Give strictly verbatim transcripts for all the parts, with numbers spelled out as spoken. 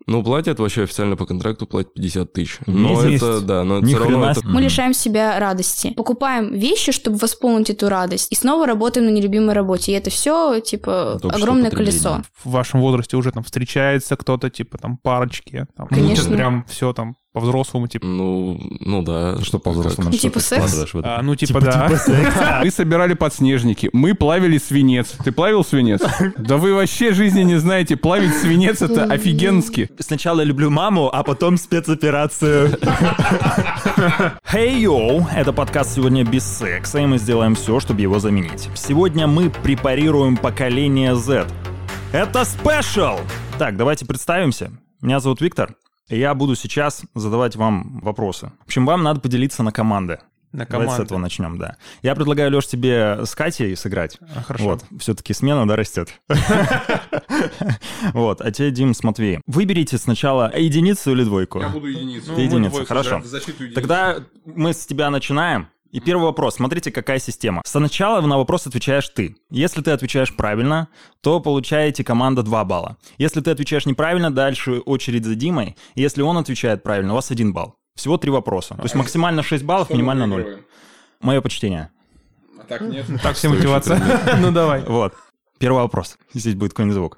Ну, платят вообще официально по контракту, платят пятьдесят тысяч. Но Месяц. это, да, но это Ни все равно... хрена Это... Мы лишаем себя радости. Покупаем вещи, чтобы восполнить эту радость. И снова работаем на нелюбимой работе. И это все, типа, Только огромное что потребление. колесо. В вашем возрасте уже там встречается кто-то, типа там парочки. Там, Конечно. мутят прям все там по-взрослому, типа. Ну, ну да. Что по-взрослому? Ну, что типа ты секс? вкладываешь в это? А, ну, типа, да. Мы собирали подснежники, мы плавили свинец. Ты плавил свинец? Да вы вообще жизни не знаете. Плавить свинец — это офигенски. Сначала люблю маму, а потом спецоперацию. Hey, yo! Это подкаст «Сегодня без секса», и мы сделаем все, чтобы его заменить. Сегодня мы препарируем поколение Z. Это спешл! Так, давайте представимся. Меня зовут Виктор, и я буду сейчас задавать вам вопросы. В общем, вам надо поделиться на команды. На Давайте с команды. этого начнем, да. Я предлагаю, Лёш, тебе с Катей сыграть. А, хорошо. Вот, все-таки смена, да, растет. Вот, а тебе, Дим, с Матвеем. Выберите сначала единицу или двойку. буду единицу. Ты единицу, хорошо. Тогда мы с тебя начинаем. И первый вопрос. Смотрите, какая система. Сначала на вопрос отвечаешь ты. Если ты отвечаешь правильно, то получаете команда два балла. Если ты отвечаешь неправильно, дальше очередь за Димой. Если он отвечает правильно, у вас один балл. Всего три вопроса. То есть максимально шесть баллов, минимально ноль. Мое почтение. А так нет. Так, все мотивация. Ну, давай. Вот. Первый вопрос. Здесь будет какой-нибудь звук.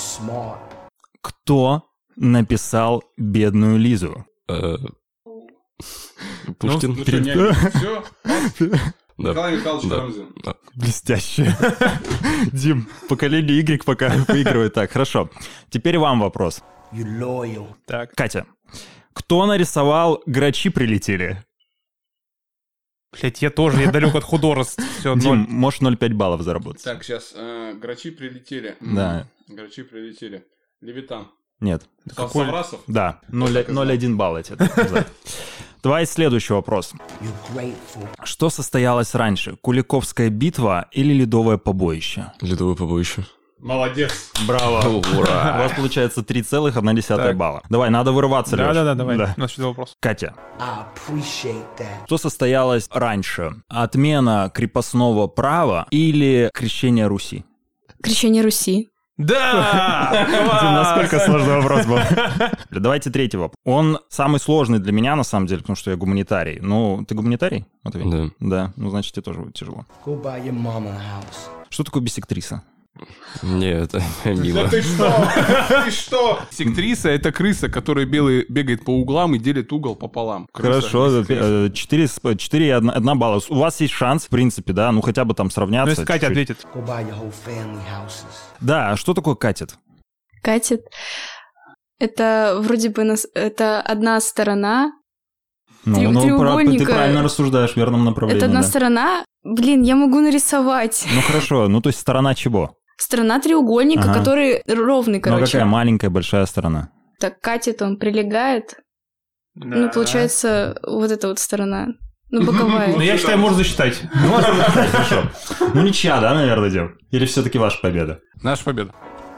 Кто написал «Бедную Лизу»? Э, Пушкин. Ну что, не, все? Да. Николай Михайлович Да. Карамзин. Да. Блестяще. Дим, поколение Y пока выигрывает. Так, хорошо. Теперь вам вопрос. Так. Катя, кто нарисовал «Грачи прилетели»? Блять, я тоже, я далек от художеств. Все, Дим, ноль. можешь ноль целых пять баллов заработать. Так, сейчас. Грачи прилетели. Да. Грачи прилетели. Левитан. Нет. Какой? Саврасов? Да, ноль целых один балл эти. Давай следующий вопрос. Что состоялось раньше? Куликовская битва или ледовое побоище? Ледовое побоище. Молодец. Браво. У Ура. вас получается три целых одна десятая Так. балла. Давай, надо вырываться, Лёш. Да-да-да, давай. Да. У нас еще вопрос. Катя. Что состоялось раньше? Отмена крепостного права или крещение Руси? Крещение Руси. Да! Дим, насколько сложный вопрос был. Давайте третий вопрос. Он самый сложный для меня, на самом деле, потому что я гуманитарий. Ну, ты гуманитарий, Матвей? Да. Да, ну, значит, тебе тоже будет тяжело. Что такое бисектриса? Нет, это мимо. Да ты что? Ты что? Сектриса — это крыса, которая белый бегает по углам и делит угол пополам. Крыса, Хорошо, сектриса. четыре, четыре и одна балла. У вас есть шанс, в принципе, да, ну хотя бы там Ну, сравняться. если Катя чуть-чуть. ответит. Да, а что такое катет? Катит. Это вроде бы нас... это одна сторона. Ну, Три- ну, про- треугольника. ты правильно рассуждаешь в верном направлении. Это одна да. сторона. Блин, я могу нарисовать. Ну хорошо, ну то есть сторона чего? Сторона треугольника, Ага. который ровный, Ну короче. какая маленькая, большая сторона? Так, катит он, прилегает. Ну, получается, вот эта вот сторона. Ну, боковая. Ну, я считаю, можно засчитать. Хорошо. Ну ничья, да, наверное, Дим? Или все-таки ваша победа? Наша победа.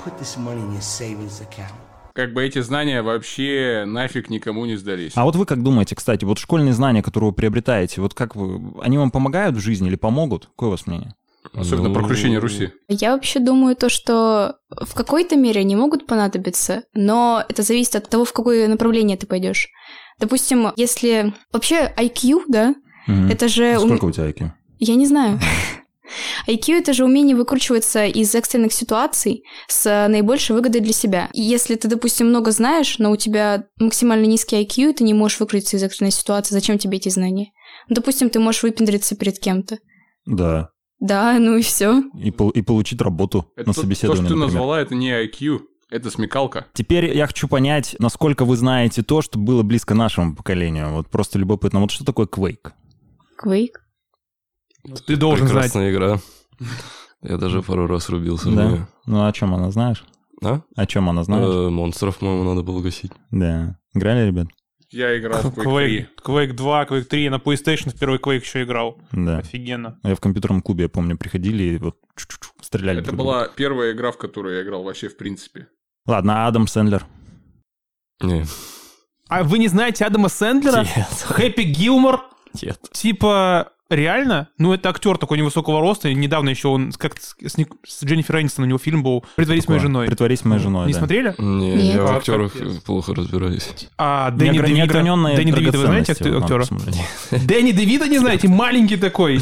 Как бы эти знания вообще нафиг никому не сдались. А вот вы как думаете, кстати, вот школьные знания, которые вы приобретаете, вот как вы, они вам помогают в жизни или помогут? Какое у вас мнение? Особенно Ну, про крещение Руси. Я вообще думаю то, что в какой-то мере они могут понадобиться, но это зависит от того, в какое направление ты пойдешь. Допустим, если... Вообще ай кью, да, Мгм. это же... ум- Сколько у тебя ай кью? Я не знаю. ай кью — это же умение выкручиваться из экстренных ситуаций с наибольшей выгодой для себя. И если ты, допустим, много знаешь, но у тебя максимально низкий ай кью, и ты не можешь выкрутиться из экстренной ситуации, зачем тебе эти знания? Ну, допустим, ты можешь выпендриться перед кем-то. Да. Да, ну и все. И, пол- и получить работу Это на то, то, собеседовании, что ты например. назвала, это не ай кью, это смекалка. Теперь я хочу понять, насколько вы знаете то, что было близко нашему поколению. Вот просто любопытно. Вот что такое Quake? Quake. Ты должен знать. Прекрасная игра. Я даже пару раз рубился в Да? нее. Ну, о чем она, знаешь? А? О чем она, знаешь? Э, Монстров, по-моему, надо было гасить. Да. Играли, ребят? Я играл в Quake три. Quake, Quake два, Quake три, я на PlayStation в первый Quake еще играл. Да. Офигенно. Я в компьютерном клубе, я помню, приходили и вот чу-чу-чу, стреляли. Это друг друга. была первая игра, в которую я играл вообще в принципе. Ладно, а Адам Сэндлер. Не, А вы не знаете Адама Сэндлера? Нет. Хэппи Гилмор? нет. Типа Реально? Ну, это актер такой невысокого роста. И недавно еще он как с, Ник- с Дженнифер Энистон, у него фильм был «Притворись моей женой». «Притворись моей женой», Не да. смотрели? Не, Нет. я в А, актерах капец. плохо разбираюсь. А Дэнни Неогр- Девито... неограненные Дэнни Девито, вы знаете драгоценности актера? вот надо посмотреть. Дэнни Девито не знаете? Маленький такой.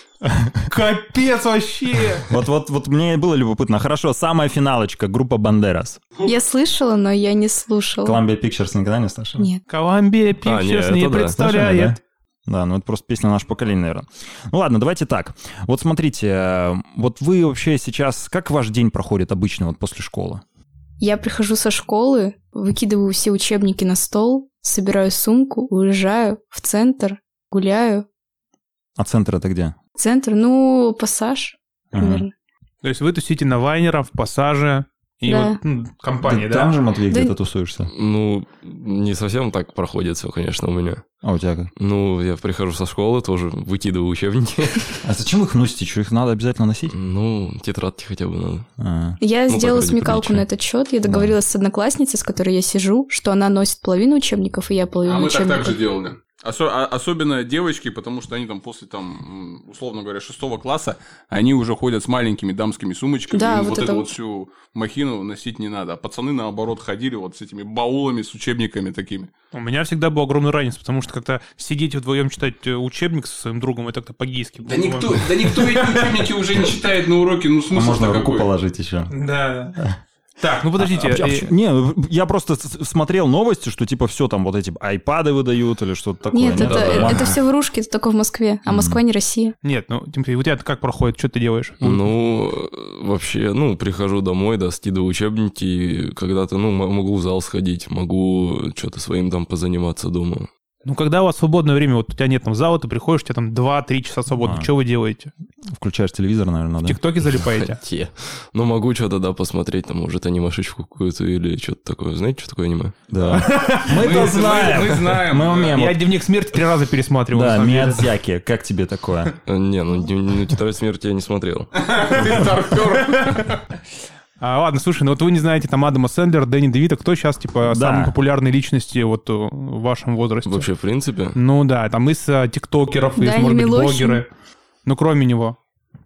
Капец вообще. Вот, вот, вот мне было любопытно. Хорошо, самая финалочка, группа Бандерас. Я слышала, но я не слушала. Columbia Pictures никогда не слышал? Нет. Columbia А, не, Pictures это не да. представляет. Слышали, да? Да, ну это просто песня нашего поколения, наверное. Ну ладно, давайте так. Вот смотрите, э, вот вы вообще сейчас... Как ваш день проходит обычно вот после школы? Я прихожу со школы, выкидываю все учебники на стол, собираю сумку, уезжаю в центр, гуляю. А центр это где? Центр, ну, пассаж, примерно. То есть вы тусите на Вайнера, в Пассаже и Да. вот ну, компания, Ты да? там же, Матвей, Да- где-то тусуешься? Ну, не совсем так проходит все, конечно, у меня. А у тебя как? Ну, я прихожу со школы, тоже выкидываю учебники. А зачем вы их носите? Что, их надо обязательно носить? Ну, тетрадки хотя бы надо. А. Я Ну, сделала так ради смекалку приличия. на этот счет. Я договорилась с одноклассницей, с которой я сижу, что она носит половину учебников, и я половину А мы так учебников. также делали. Осо- а- особенно девочки, потому что они там после, там, м, условно говоря, шестого класса, они уже ходят с маленькими дамскими сумочками. Да, им вот вот это эту вот. вот всю махину носить не надо. А пацаны, наоборот, ходили вот с этими баулами, с учебниками такими. У меня всегда был огромный разница, потому что как-то сидеть вдвоем читать э, учебник со своим другом, это как-то по-гейски. Да никто, да никто эти учебники уже не читает на уроке, ну А смысл можно руку какой? положить еще. Да. Так, ну подождите. А, а э, почему- не, я просто с- смотрел новости, что типа все там вот эти айпады выдают или что-то такое. Нет, это, Да-да. это все врушки, это только в Москве, а Москва не Россия. Нет, ну, Тимофей, у тебя как проходит? Что ты делаешь? Ну, вообще, ну, прихожу домой, да, скидываю учебники, и когда-то, ну, м- могу в зал сходить, могу что-то своим там позаниматься дома. Ну, когда у вас свободное время, вот у тебя нет там зала, ты приходишь, у тебя там два-три часа свободно. А. Что вы делаете? Включаешь телевизор, наверное, В да? ТикТоке залипаете? Те. Ну, могу что-то, да, посмотреть, там, может, анимашечку какую-то или что-то такое. Знаете, что такое аниме? Да. Мы Мы- это знаем. мы- мы знаем, Мы да. умеем. Я «Дневник смерти» три раза пересматривал. на Да, самом деле. Миядзаки. Как тебе такое? Э, Не, ну, днев- ну, «Тетрадь смерти» я не смотрел. Ты старпер. А, ладно, слушай, ну вот вы не знаете там Адама Сэндлера, Дэнни Девито, кто сейчас, типа, Да. самые популярные личности вот э, в вашем возрасте? Вообще, в принципе, Ну да, там из э, тиктокеров, из, Даня может быть, Милохин. блогеры. Ну, кроме него.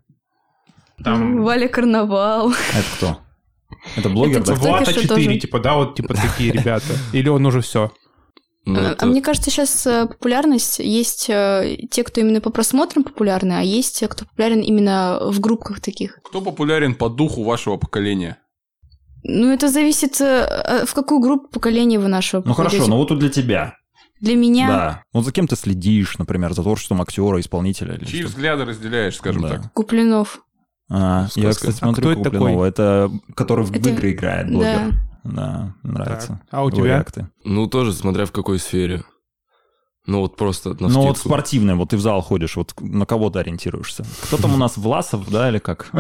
Там Валя Карнавал. Это кто? Это блогер, Это да? тиктокер. Влад а что четыре, тоже. типа, да, вот типа такие ребята. Или он уже все. ну, А это- а мне кажется, сейчас э, популярность, есть э, те, кто именно по просмотрам популярны, а есть те, кто популярен именно в группках таких. Кто популярен по духу вашего поколения? Ну, это зависит, э, в какую группу поколения вы нашего Ну хорошо, попадете. но вот тут для тебя. Для меня... Да. Вот за кем ты следишь, например, за творчеством актера, исполнителя или Чьи что? взгляды разделяешь, скажем Да. так? Куплинов. А, я, Сказка. кстати, А смотрю кто это Куплинова. Это который в Это- игры играет, Да. блогер. Да, нравится. Так, а у Его тебя? реакты. ну, тоже смотря в какой сфере. Ну, вот просто на Ну вот вскидку. спортивное, вот ты в зал ходишь, вот на кого ты ориентируешься? Кто там у нас, Власов, да, или как?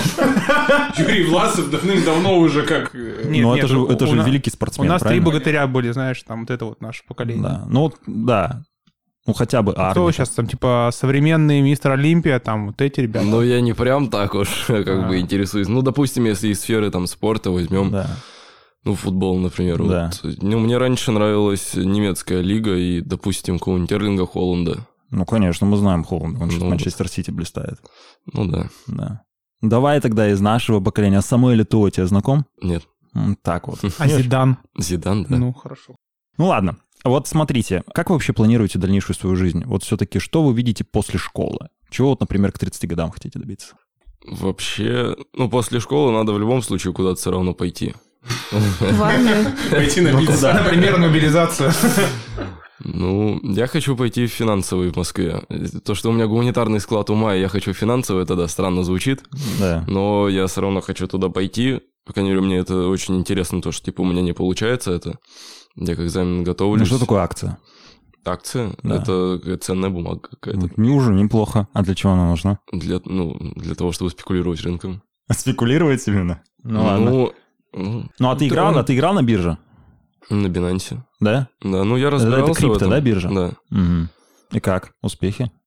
Юрий Власов давным-давно уже как... э, Нет, Ну нет, это же, у- это у же на- великий У спортсмен, нас три правильно? богатыря были, знаешь, там вот это вот наше поколение. Да, ну вот, да. Ну хотя бы А кто Арни. сейчас там, типа, современный мистер Олимпия, там вот эти ребята? Ну, я не прям так уж как А. бы интересуюсь. Ну, допустим, если из сферы там спорта возьмем, Да. ну, футбол, например. Да. Вот. Ну, мне раньше нравилась немецкая лига и, допустим, какого-нибудь Эрлинга Холланда. Ну, конечно, мы знаем Холланда, он же в Ну, Манчестер Сити блистает. Ну, да. Да. Давай тогда из нашего поколения. Самуэль Этуо тебе знаком? Нет. М, Так вот. А Зидан? Зидан, да. Ну, хорошо. Ну ладно. Вот смотрите, как вы вообще планируете дальнейшую свою жизнь? Вот все-таки что вы видите после школы? Чего вот, например, к тридцати годам хотите добиться? Вообще, ну, после школы надо в любом случае куда-то все равно пойти. В армию. Пойти на бизнес. Например, мобилизацию. Ну, я хочу пойти в финансовый в Москве. То, что у меня гуманитарный склад ума, и я хочу финансовый, это, да, странно звучит. Да. Но я все равно хочу туда пойти. По крайней мере, мне это очень интересно, то, что, типа, у меня не получается это. Я к экзамену Ну готовлюсь. что такое акция? Акция? Да. Это какая-то ценная бумага какая-то. Не уже, неплохо. А для чего она нужна? Для, ну, для того, чтобы спекулировать рынком. Спекулировать именно? Ну ладно. Ну, ну, Ну а ты да, играл, он- а ты играл на бирже? на Binance. Да? Да, ну я Это- разбирался это крипто, в этом. да, биржа? Да. Мгм. И как? Успехи?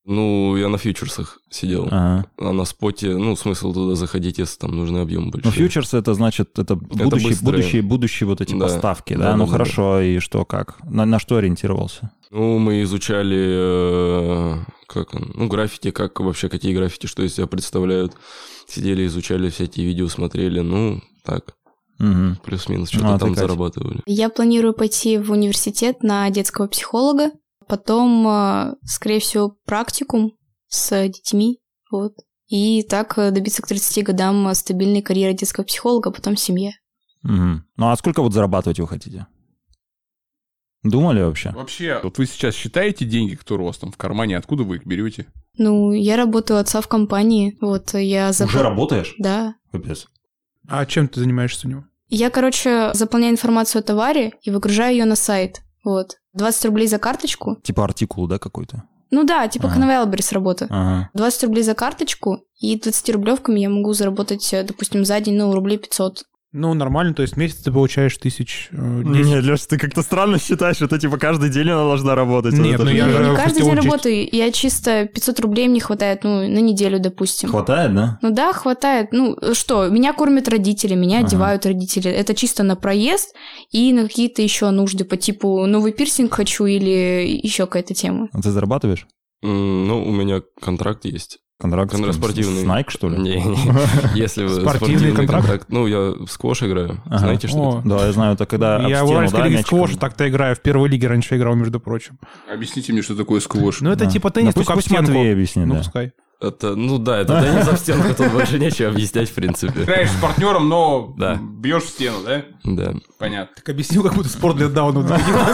Ну, я на фьючерсах сидел. Ага. А на споте, ну, смысл туда заходить, если там нужны объемы большие. Ну, фьючерс это значит, это будущие, быстрее. будущие, будущие вот эти Да. поставки, да? Да, ну, да, хорошо, да. и что, как? На, на что ориентировался? Ну, мы изучали, э, как он, ну, граффити, как вообще, какие граффити, что из себя представляют. Сидели, изучали всякие видео, смотрели, ну, так, Угу. плюс-минус, что-то Ну, а ты, там Кать? зарабатывали. Я планирую пойти в университет на детского психолога, потом, э, скорее всего, практикум с детьми, вот. И так э, добиться к тридцати годам стабильной карьеры детского психолога, а потом семья. Угу. Ну, а сколько вот зарабатывать вы хотите? Думали вообще? Вообще, вот вы сейчас считаете деньги, которые у вас там в кармане, откуда вы их берете? Ну, я работаю у отца в компании, вот, я... Уже запла- работаешь? Да. Капец. А чем ты занимаешься у него? Я, короче, заполняю информацию о товаре и выгружаю ее на сайт, вот. двадцать рублей за карточку. Типа артикул, да, какой-то? Ну да, типа Ага. как на Wildberries работа. Ага. двадцать рублей за карточку, и двадцатирублевками я могу заработать, э, допустим, за день, ну, рублей пятьсот. Ну, нормально, то есть в месяц ты получаешь тысяч э, десять. Нет, Лёш, ты как-то странно считаешь, что типа каждый день она должна работать. Нет, Это ну же- я Ну, же не в каждый день хотел учесть. работаю, я чисто пятьсот рублей мне хватает, ну, на неделю, допустим. Хватает, да? Ну да, хватает. Ну что, меня кормят родители, меня Ага. одевают родители. Это чисто на проезд и на какие-то еще нужды по типу новый пирсинг хочу или еще какая-то тема. А ты зарабатываешь? М, Ну, у меня контракт есть. Контракт, Контракт с- спортивный. С Nike, что ли? Не, не. Если вы Спортивный спортивный контракт? контракт. Ну, я в сквош играю. Ага. Знаете, что О, это? Да, я знаю, это когда об Я в стену, Уральской да, лиге мячиком? сквоша так-то играю. В первой лиге раньше играл, между прочим. Объясните мне, что такое сквош. Ну, это Да. типа теннис, Да пусть- только об пусть стенку. Матвей объяснит, Ну, да. пускай. Это, ну да, это теннис об стенку, тут больше нечего объяснять, в принципе. Играешь с партнером, но Да. бьешь в стену, да? Да. Понятно. Так объяснил, как будто спорт для даунов.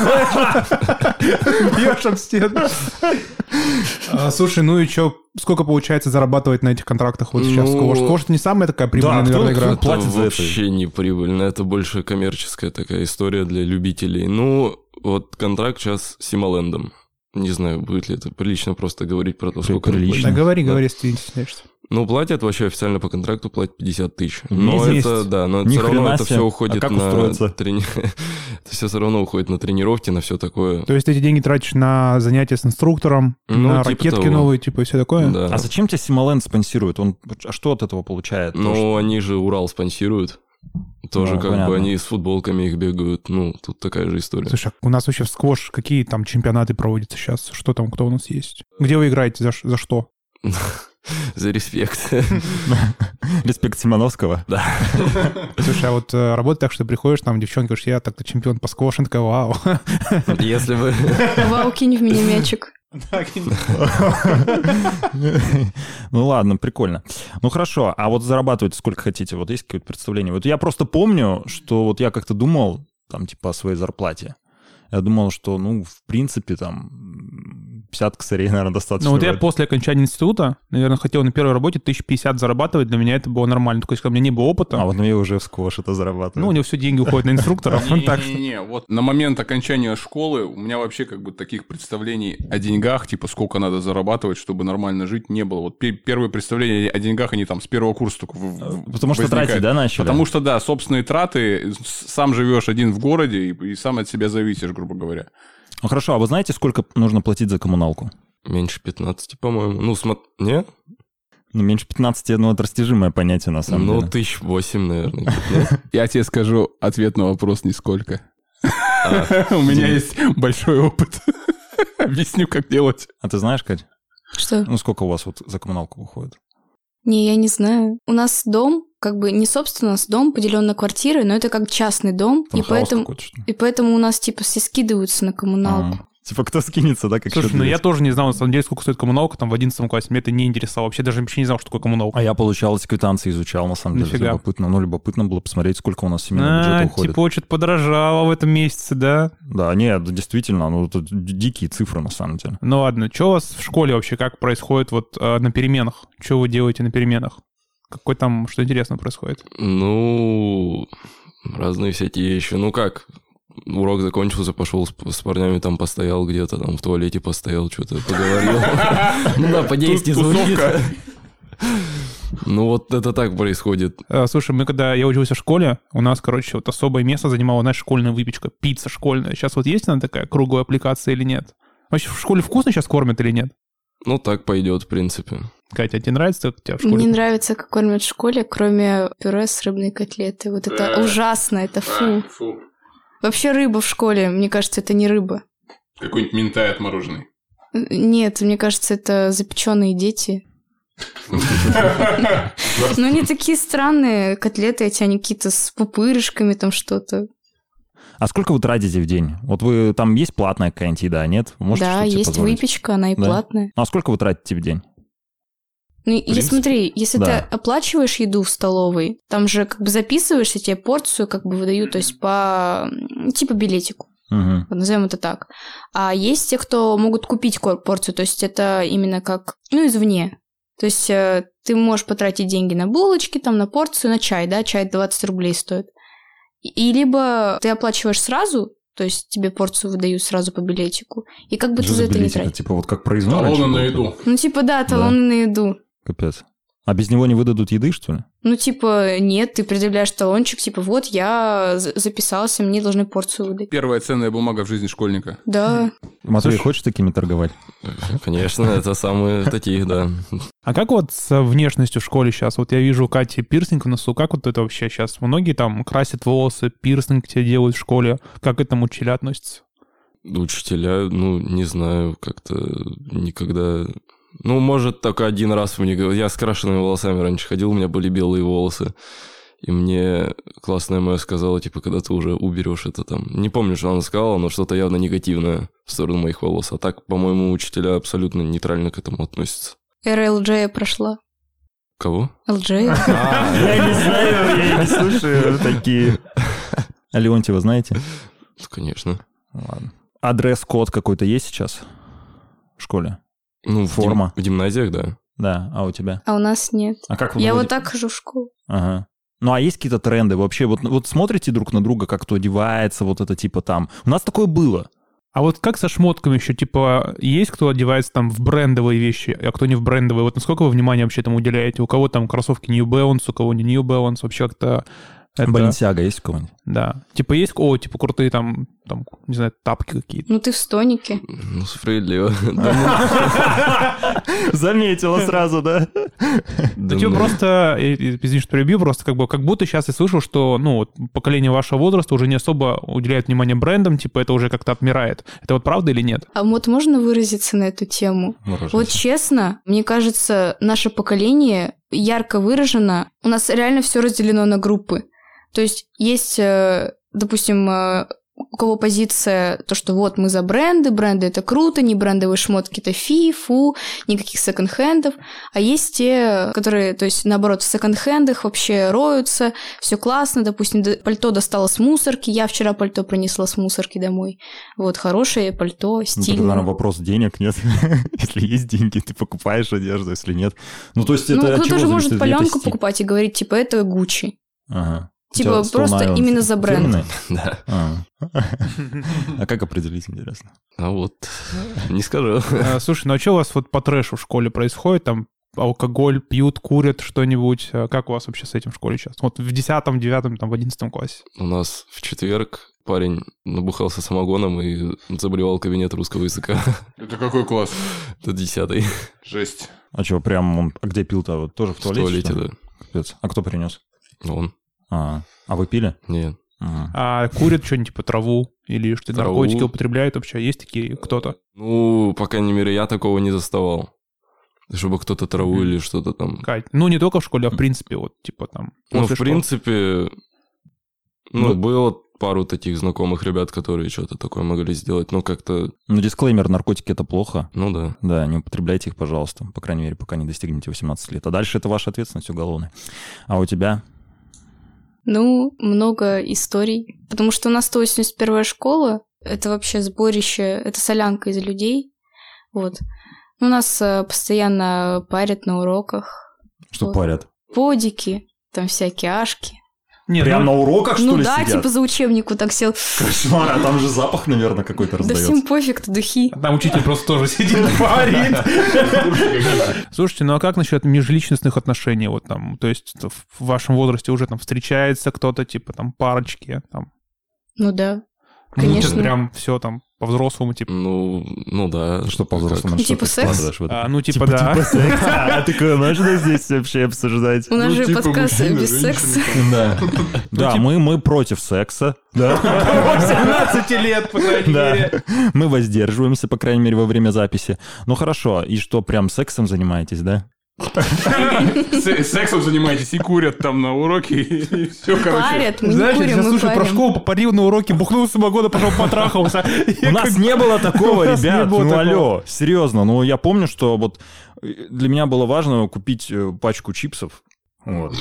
Бьешь об стену. А, Слушай, ну и что, сколько получается зарабатывать на этих контрактах вот сейчас? Ну, Сквош Сквош это не самая такая прибыльная, Да, кто- наверное, игра. кто- платит это за это. вообще не прибыльно, это больше коммерческая такая история для любителей. Ну, вот контракт сейчас с Симолендом. Не знаю, будет ли это прилично просто говорить про то, При- сколько... прилично. Да говори, Да. говори, если ты не стесняешься. Ну, платят вообще официально по контракту, платят пятьдесят тысяч. Но Месяц? это, да, но Ни все равно хрена это себе. все А уходит как на... устроиться? трени- Это все все равно уходит на тренировки, на все такое. То есть ты эти деньги тратишь на занятия с инструктором, Ну, на типа ракетки того. новые, типа и все такое? Да. А зачем тебя Симоленд спонсирует? Он, а что от этого получает? То, Ну, что- они же Урал спонсируют. Тоже Ну, как понятно. бы они с футболками их бегают. Ну, тут такая же история. Слушай, а у нас вообще в сквош какие там чемпионаты проводятся сейчас? Что там, кто у нас есть? Где вы играете? За, ш- за что? За респект. Респект Симоновского. Да. Слушай, а вот э, работает так, что ты приходишь, там девчонка говорит, я так-то чемпион по сквошу, она такая, вау. Если вы... Вау, кинь в меня мячик. Ну ладно, прикольно. Ну хорошо, а вот зарабатывать сколько хотите? Вот есть какое-то представление? Вот я просто помню, что вот я как-то думал, там, типа, о своей зарплате. Я думал, что, ну, в принципе, там, пятьдесят косарей, наверное, достаточно. Ну вот я будет. после окончания института, наверное, хотел на первой работе тысяча пятьдесят зарабатывать, для меня это было нормально. Только если у меня не было опыта, А вот мне уже в сквош это зарабатывает. ну, у него все деньги уходят на инструкторов. Он так что... Не-не-не, вот на момент окончания школы у меня вообще как бы таких представлений о деньгах, типа сколько надо зарабатывать, чтобы нормально жить, не было. Вот пе- первые представления о деньгах, они там с первого курса только в- в- Потому что возникают. тратить, да, начали? Потому что, да, собственные траты, с- сам живешь один в городе и, и сам от себя зависишь, грубо говоря. Ну хорошо, а вы знаете, сколько нужно платить за коммуналку? Меньше пятнадцати, по-моему. Ну, смотри... Не? Ну, меньше пятнадцати, ну, это растяжимое понятие, на самом Ну, деле. тысяч восемь, наверное. Нет? Я тебе скажу ответ на вопрос нисколько. А, У меня есть большой опыт. Объясню, как делать. А ты знаешь, Кать? Что? Ну, сколько у вас вот за коммуналку выходит? Не, я не знаю. У нас дом, как бы не собственно, у нас дом поделен на квартиры, но это как частный дом, Там и хаос поэтому, какой-то, что ли? и поэтому у нас типа все скидываются на коммуналку. А, Типа, кто скинется, да, как Слушай, счет ну я делать? тоже не знал, на самом деле, сколько стоит коммуналка там в одиннадцатом классе. Мне это не интересовало. Вообще даже вообще не знал, что такое коммуналка. А я, получалось, квитанции изучал, на самом деле. Нафига? Любопытно. Ну, любопытно было посмотреть, сколько у нас семейного бюджета А, уходит. типа, что-то подорожало в этом месяце, да? Да, нет, действительно, ну, это д- дикие цифры, на самом деле. Ну ладно, что у вас в школе вообще, как происходит вот э, на переменах? Что вы делаете на переменах? Какой там, что интересно происходит? Ну, разные всякие вещи. Ну как, урок закончился, пошел с, с парнями, там постоял где-то, там в туалете постоял, что-то поговорил. Ну да, по-дейски звучит. Ну вот это так происходит. Э, Слушай, мы когда я учился в школе, у нас, короче, вот особое место занимала, знаешь, школьная выпечка, пицца школьная. Сейчас вот есть она такая круглая аппликация или нет? Вообще в школе вкусно сейчас кормят или нет? Ну, так пойдет, в принципе. Катя, а тебе нравится, как у тебя в школе? Мне нравится, как кормят в школе, кроме пюре с рыбной котлетой. Вот это ужасно, это фу. Фу. Вообще рыба в школе, мне кажется, это не рыба. Какой-нибудь минтай отмороженный. Нет, мне кажется, это запеченные дети. Ну, они такие странные котлеты эти, они какие-то с пупырышками, там что-то. А сколько вы тратите в день? Вот вы, там есть платная какая-нибудь еда, нет? Можете Да, что-то себе есть позволить? выпечка, она и Да? платная. Ну, а сколько вы тратите в день? Ну, и смотри, если да. ты оплачиваешь еду в столовой, там же как бы записываешься, тебе порцию как бы выдают, то есть по типа билетику. Угу. Вот назовем это так. А есть те, кто могут купить порцию, то есть это именно как, ну, извне. То есть э, ты можешь потратить деньги на булочки, там, на порцию, на чай, да, чай двадцать рублей стоит. И, и либо ты оплачиваешь сразу, то есть тебе порцию выдают сразу по билетику, и как бы Что ты за это не билетик? тратишь. Типа вот как проездной Талоны раньше на был? еду. Ну, типа, да, талоны на еду. Капец. А без него не выдадут еды, что ли? Ну, типа, нет, ты предъявляешь талончик, типа, вот, я з- записался, мне должны порцию выдать. Первая ценная бумага в жизни школьника. Да. Матвей, Слушай- хочешь такими торговать? Конечно, это самые такие, да. А как вот с внешностью в школе сейчас? Вот я вижу у Кати пирсинг в носу. Как вот это вообще сейчас? Многие там красят волосы, пирсинг тебе делают в школе. Как к этому учителя относятся? Учителя, ну, не знаю, как-то никогда... Ну, может, только один раз мне говорили. Я с крашенными волосами раньше ходил, у меня были белые волосы. И мне классная моя сказала, типа, когда ты уже уберешь это там. Не помню, что она сказала, но что-то явно негативное в сторону моих волос. А так, по-моему, учителя абсолютно нейтрально к этому относятся. Эра эл джей прошла. Кого? эл джей? Я не знаю, я не слушаю такие. А Леонтьева знаете? Ну, конечно. Ладно. А дресс-код какой-то есть сейчас в школе? Ну, Форма. В, гим- в гимназиях, да. Да, а у тебя? А у нас нет. А как вы Я наводи- вот так хожу в школу. Ага. Ну, а есть какие-то тренды вообще? Вот, вот смотрите друг на друга, как кто одевается, вот это типа там. У нас такое было. А вот как со шмотками еще? Типа, есть кто одевается там в брендовые вещи, а кто не в брендовые? Вот насколько вы внимания вообще этому уделяете? У кого там кроссовки New Balance, у кого не New Balance? Вообще как-то... это- Баленсиага есть у кого-нибудь? Да. Типа есть, о, типа крутые там, там, не знаю, тапки какие-то. Ну, ты в стонике. Ну, справедливо. Заметила сразу, да? Да типа просто, э, э, извини, что перебью, просто как бы, как будто сейчас я слышал, что, ну, вот поколение вашего возраста уже не особо уделяет внимание брендам, типа это уже как-то отмирает. Это вот правда или нет? А вот можно выразиться на эту тему? Вот честно, мне кажется, наше поколение ярко выражено. У нас реально все разделено на группы. То есть есть, э, допустим, э, у кого позиция, то, что вот мы за бренды, бренды это круто, не брендовые шмотки это фи, фу, никаких секонд-хендов. А есть те, которые, то есть, наоборот, в секонд-хендах вообще роются, все классно, допустим, д- пальто достала с мусорки, я вчера пальто принесла с мусорки домой. Вот, хорошее пальто, Ну, стильное. тогда, наверное, вопрос денег, нет? Если есть деньги, ты покупаешь одежду, если нет. Ну, то есть Ну, это от кто-то чего же зависит? может Это паленку стиль? покупать и говорить, типа, это Гуччи. Ага. У Типа, тебя стол просто Найон именно за бренд. фирменный? Да. А. А как определить, интересно? А вот, не скажу. А, Слушай, ну а что у вас вот по трэшу в школе происходит? Там алкоголь пьют, курят что-нибудь? А Как у вас вообще с этим в школе сейчас? Вот в десятом, девятом, там, в одиннадцатом классе. У нас в четверг парень набухался самогоном и заболевал кабинет русского языка. Это какой класс? Это десятый. Жесть. А что, прям он... А где пил-то? Вот тоже в В туалете? туалете, что ли? да. Капец. А кто принес? Он. А, а вы пили? Нет. Ага. А курят что-нибудь типа траву? Или что Траву. наркотики употребляют вообще? Есть такие кто-то? Ну, по крайней мере, я такого не заставал. Чтобы кто-то траву Мгм. или что-то там. Кать, ну не только в школе, а в принципе, вот типа там... Ну, после в школы. принципе, ну, Ну- было пару таких знакомых ребят, которые что-то такое могли сделать. Ну, как-то, Ну, дисклеймер, наркотики — это плохо. ну да. Да, не употребляйте их, пожалуйста. По крайней мере, пока не достигнете восемнадцати лет. А дальше это ваша ответственность уголовная. А у тебя? Ну, много историй. Потому что у нас сто восемьдесят первая школа, это вообще сборище, это солянка из людей. Вот. У нас э, постоянно парят на уроках. Что Вот. парят? Подики, там всякие ашки. Нет, Прям ну, на уроках, что ну ли, да, сидят? типа за учебник вот так сел. Кошмар, а там же запах, наверное, какой-то Да раздается. всем пофиг, духи. Там учитель просто тоже сидит, парит. Слушайте, ну а как насчет межличностных отношений? Вот там, то есть в вашем возрасте уже там встречается кто-то, типа там парочки, там. Ну да. Конечно. Ну, прям все там по-взрослому, типа. Ну, ну да. Что по-взрослому? Ну, типа секс? А, ну, типа, да. А такое можно здесь вообще обсуждать? У нас Ну, же типа подкаст мужчина, без женщина. секса. Да. Да, мы мы против секса. Да. семнадцать лет, по крайней Да. мере. Мы воздерживаемся, по крайней мере, во время записи. Ну хорошо, и что, прям сексом занимаетесь, да? С- Сексом занимаетесь и курят там на уроке, и все, короче. Парят, мы не Знаешь, я курим, сейчас мы слушаю про парим. школу, попарил на уроке, бухнул самогона, пошел потрахался. У нас не было такого, У нас не ребят. было Ну такого. алло, серьезно. Ну я помню, что вот для меня было важно купить э, пачку чипсов. Вот.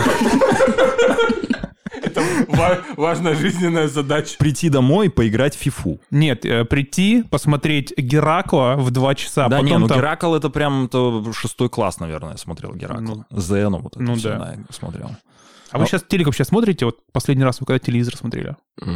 Это ва- важная жизненная задача. Прийти домой, поиграть в фифу. Нет, э, прийти, посмотреть Геракла в два часа, Да, потом не, ну там- Геракл это прям то шестой класс, наверное, я смотрел Геракл. Ну, Зену вот это ну всё, да. я смотрел. А вы сейчас телек вообще смотрите? Вот последний раз вы когда телевизор смотрели?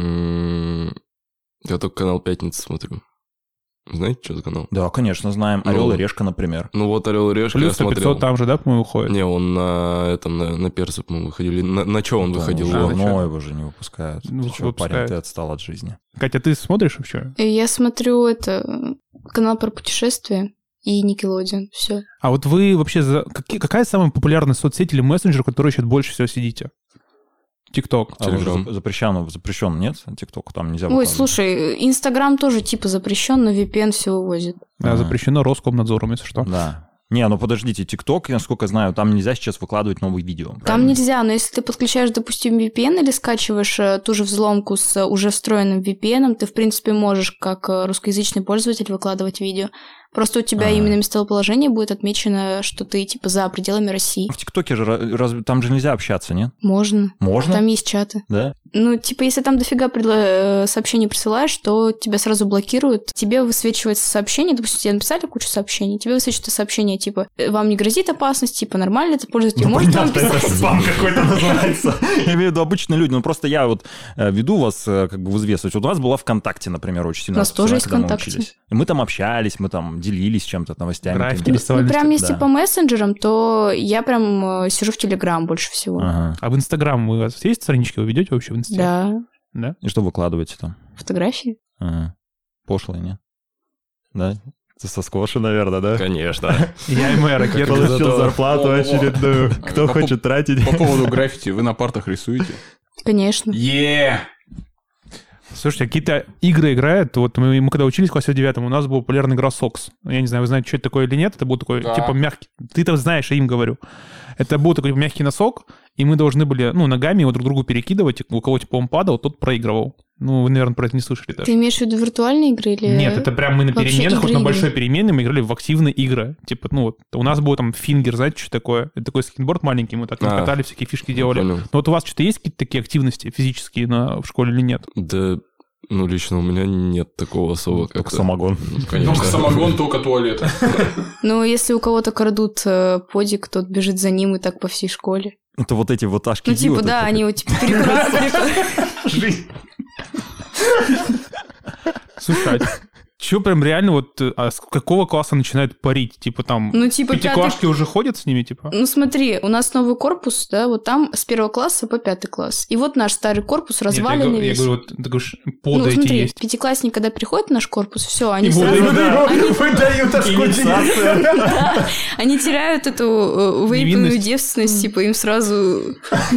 М, Я только канал «Пятница» смотрю. Знаете, что за канал? Да, конечно, знаем. Ну. Орел и Решка, например. Ну вот «Орел и решка» я Плюс сто смотрел. пятьсот там же, да, по-моему, выходит? Не, он на этом, на, на перце, по-моему, выходил. На, на что он Да, выходил? уже Вот. давно его же не выпускают. Ну, Ты чё, парень, выпускают. ты отстал от жизни. Катя, ты смотришь вообще? Я смотрю это канал про путешествия и Nickelodeon. Все. А вот вы вообще... За... какие- Какая самая популярная соцсеть или мессенджер, в которой сейчас больше всего сидите? ТикТок. А он же Телеграм. зап- запрещен, запрещен, нет? ТикТок там нельзя Ой, выкладывать. слушай, Инстаграм тоже типа запрещен, но ви пи эн все вывозит. Да, Ага. запрещено Роскомнадзором, если что. Да. Не, ну подождите, ТикТок, насколько я знаю, там нельзя сейчас выкладывать новые видео. Там правильно? нельзя, но если ты подключаешь, допустим, ви пи эн или скачиваешь э, ту же взломку с э, уже встроенным ви пи эн, ты, в принципе, можешь как э, русскоязычный пользователь выкладывать видео. Просто у тебя Ага. именно местоположение будет отмечено, что ты типа за пределами России. В ТикТоке же ra- разве там же нельзя общаться, нет? Можно. Можно? Там есть чаты. Да? Ну, типа, если там дофига предла- э, сообщений присылаешь, то тебя сразу блокируют. Тебе высвечивается сообщение, допустим, тебе написали кучу сообщений, тебе высвечивается сообщение, типа, «Э, вам не грозит опасность, типа, нормально, это пользователь может вам понятно, это писать. спам какой-то называется. Я имею в виду обычные люди. Ну, просто я вот э, веду вас э, как бы в известность. Вот у нас была ВКонтакте, например, очень сильно. У нас тоже есть когда мы ВКонтакте. учились. И мы там общались, мы там делились чем-то, новостями. Графики какими-то. рисовали. Ну, прям Реальности, если да. по мессенджерам, то я прям э, сижу в Телеграм больше всего. Ага. А в Инстаграм у вас есть странички, вы ведете вообще в Инсте? Да, Да? И что выкладываете там? фотографии. Ага. Пошлые, нет? Да? Ты со скоши, наверное, да? Конечно. Я и моя ракета. Получил зарплату Во-во-во. очередную. Кто По- хочет тратить? По поводу граффити, вы на партах рисуете? Конечно. Е! Слушайте, а какие-то игры играют. Вот мы, мы когда учились в классе девятом, у нас была популярная игра Сокс. Я не знаю, вы знаете, что это такое или нет. Это был такой, Да. типа, мягкий. Ты там знаешь, я им говорю. Это был такой мягкий носок, и мы должны были, ну, ногами его друг другу перекидывать. И у кого, типа, он падал, тот проигрывал. Ну, вы, наверное, про это не слышали даже. Ты имеешь в виду виртуальные игры или... Нет, это прям мы на вообще переменах, вот на игры-игры? большой перемене мы играли в активные игры. Типа, ну вот, у нас был там фингер, знаете, что такое? Это такой скейтборд маленький, мы так А, катали, всякие фишки делали. Понял. Но вот у вас что-то есть какие-то такие активности физические на, в школе или нет? Да, ну, лично у меня нет такого особо, как Только самогон. Конечно. Только самогон, только туалет. Ну, если у кого-то крадут э, подик, тот бежит за ним и так по всей школе. Это вот эти вот ашки Ну, типа, да, они вот типа перекуривают. Слушай, что прям реально вот э, а с какого класса начинают парить? Типа там Ну, типа, пятиклашки пятый... уже ходят с ними, типа? Ну, смотри, у нас новый корпус, да, вот там с первого класса по пятый класс. И вот наш старый корпус Нет, я разваленный говорю- я весь. говорю, вот ты говоришь, Ну, поды эти смотри, есть. пятиклассник, когда приходит в наш корпус, все, они И сразу... выдают, да. Они, Выдают да, они теряют эту э, вейпанную Невинность. девственность, типа, им сразу...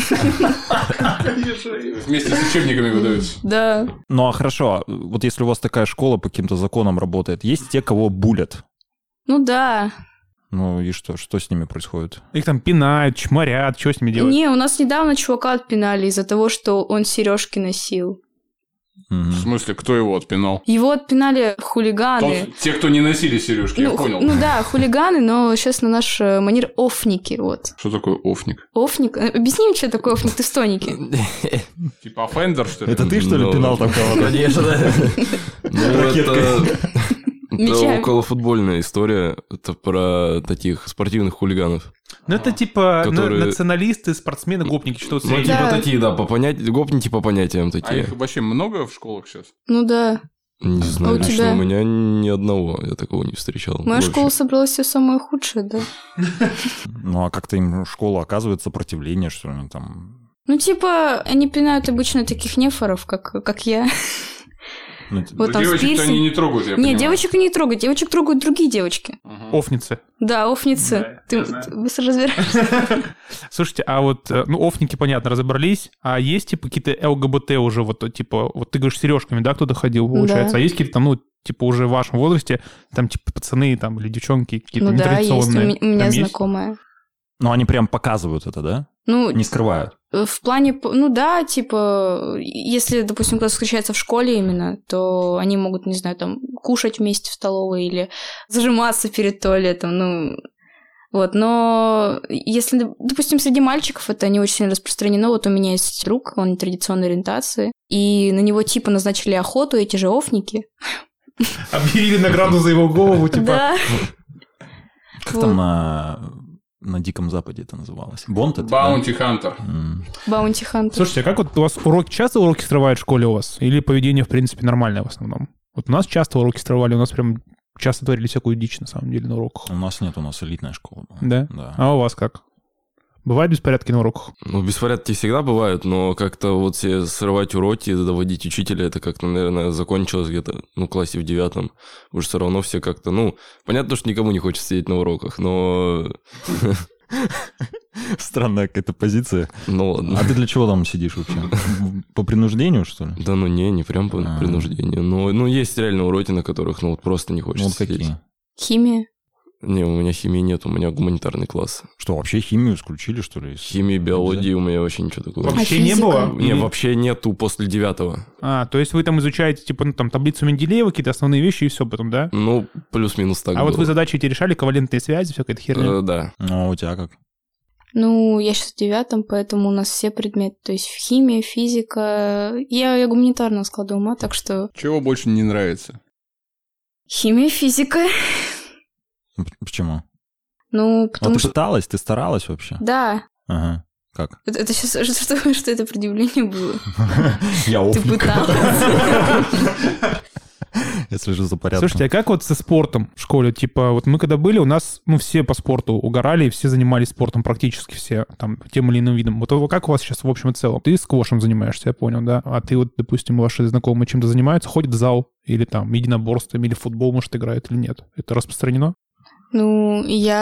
Вместе с учебниками выдаются. Да. Ну, а хорошо, вот если у вас такая школа по каким-то законам работает, есть те, кого булят? Ну да. Ну и что? Что с ними происходит? Их там пинают, чморят, что с ними делают? Не, у нас недавно чувака отпинали из-за того, что он сережки носил. Мгм. В смысле, кто его отпинал? Его отпинали хулиганы. Тот- те, кто не носили сережки, я Ну, понял. ну да, хулиганы, но сейчас на наш э, манер офники, вот. Что такое офник? Офник? Э, Объясни мне, что такое офник, ты в стонике. Типа офендер, что ли? Это ты, что ли, Ну, пинал там кого-то? Конечно. Ну, это... Это Мечами. околофутбольная история. Это про таких спортивных хулиганов. Ну это типа на- Которые- националисты, спортсмены, гопники, что-то Ну, среднее. типа Да. такие, да, по понятиям, гопники по понятиям А такие. их вообще много в школах сейчас? Ну да. Не знаю, А у лично тебя? у меня ни одного, я такого не встречал. Моя Вообще. школа собралась все самое худшее, да. Ну, а как-то им школа оказывает сопротивление, что они там... Ну, типа, они пинают обычно таких нефоров, как, как я. Вот там девочек пирсинг. они не трогают, я Нет, понимаю. девочек не трогают, девочек трогают другие девочки. Угу. Офницы. Да, офницы. Да, Ты, я знаю. ты быстро разбираешься. Слушайте, а вот, э, ну, офники, понятно, разобрались, а есть, типа, какие-то ЛГБТ уже, вот, типа, вот ты говоришь, с сережками, да, кто-то ходил, получается, Да. а есть какие-то там, ну, типа, уже в вашем возрасте, там, типа, пацаны, там, или девчонки какие-то Ну да, есть. У нетрадиционные. ме- у меня Там есть? знакомая. Но они прям показывают это, да? Ну, Не скрывают. в плане, п- ну да, типа, если, допустим, кто-то встречается в школе именно, то они могут, не знаю, там, кушать вместе в столовой или зажиматься перед туалетом, ну, вот, но если, допустим, среди мальчиков это не очень сильно распространено, вот у меня есть друг, он нетрадиционной ориентации, и на него типа назначили охоту эти же офники. Объявили награду за его голову, типа. Да. Как Вот. там на, на Диком Западе это называлось? Бонд это? Баунти Хантер. Да? М. Баунти Хантер. Слушайте, а как вот у вас уроки, часто уроки срывают в школе у вас? Или поведение, в принципе, нормальное в основном? Вот у нас часто уроки срывали, у нас прям часто творили всякую дичь, на самом деле, на уроках. У нас нет, у нас элитная школа была. Да? Да. А у вас как? Бывают беспорядки на уроках? Ну, беспорядки всегда бывают, но как-то вот все срывать уроки, доводить учителя, это как-то, наверное, закончилось где-то, ну, в классе в девятом. Уже все равно все как-то, ну, понятно, что никому не хочется сидеть на уроках, но... Странная какая-то позиция. Ну, ладно. А ты для чего там сидишь вообще? По принуждению, что ли? Да ну не, не прям по А. принуждению. Но, ну, есть реально уроки, на которых, ну, вот просто не Ну, хочется вот сидеть. какие? Химия. Не, у меня химии нет, у меня гуманитарный класс. Что, вообще химию исключили, что ли? из- Химии, биологии у меня вообще ничего такого. Вообще А не физика? было? Не, Или- вообще нету после девятого. А, то есть вы там изучаете, типа, ну, там, таблицу Менделеева, какие-то основные вещи и все потом, да? Ну, плюс-минус так а вот было. вы задачи эти решали, ковалентные связи, всякая эта херня? Э, да. Ну, а у тебя как? Ну, я сейчас в девятом, поэтому у нас все предметы, то есть химия, физика. Я, я гуманитарного склада ума, так что Чего больше не нравится? химия, физика. Ну, п- Почему? Ну, А потому ты что... пыталась? Ты старалась вообще? Да. Ага. Как? Это, это сейчас что, что, что это предъявление было? Я Ты офник. пыталась. Я слежу за порядком. Слушайте, а как вот со спортом в школе? Типа, вот мы когда были, у нас, ну, все по спорту угорали, и все занимались спортом, практически все, там, тем или иным видом. Вот а как у вас сейчас в общем и целом? Ты сквошем занимаешься, я понял, да? А ты вот, допустим, ваши знакомые чем-то занимаются, ходят в зал, или там единоборствами, или в футбол, может, играют, или нет? Это распространено? Ну,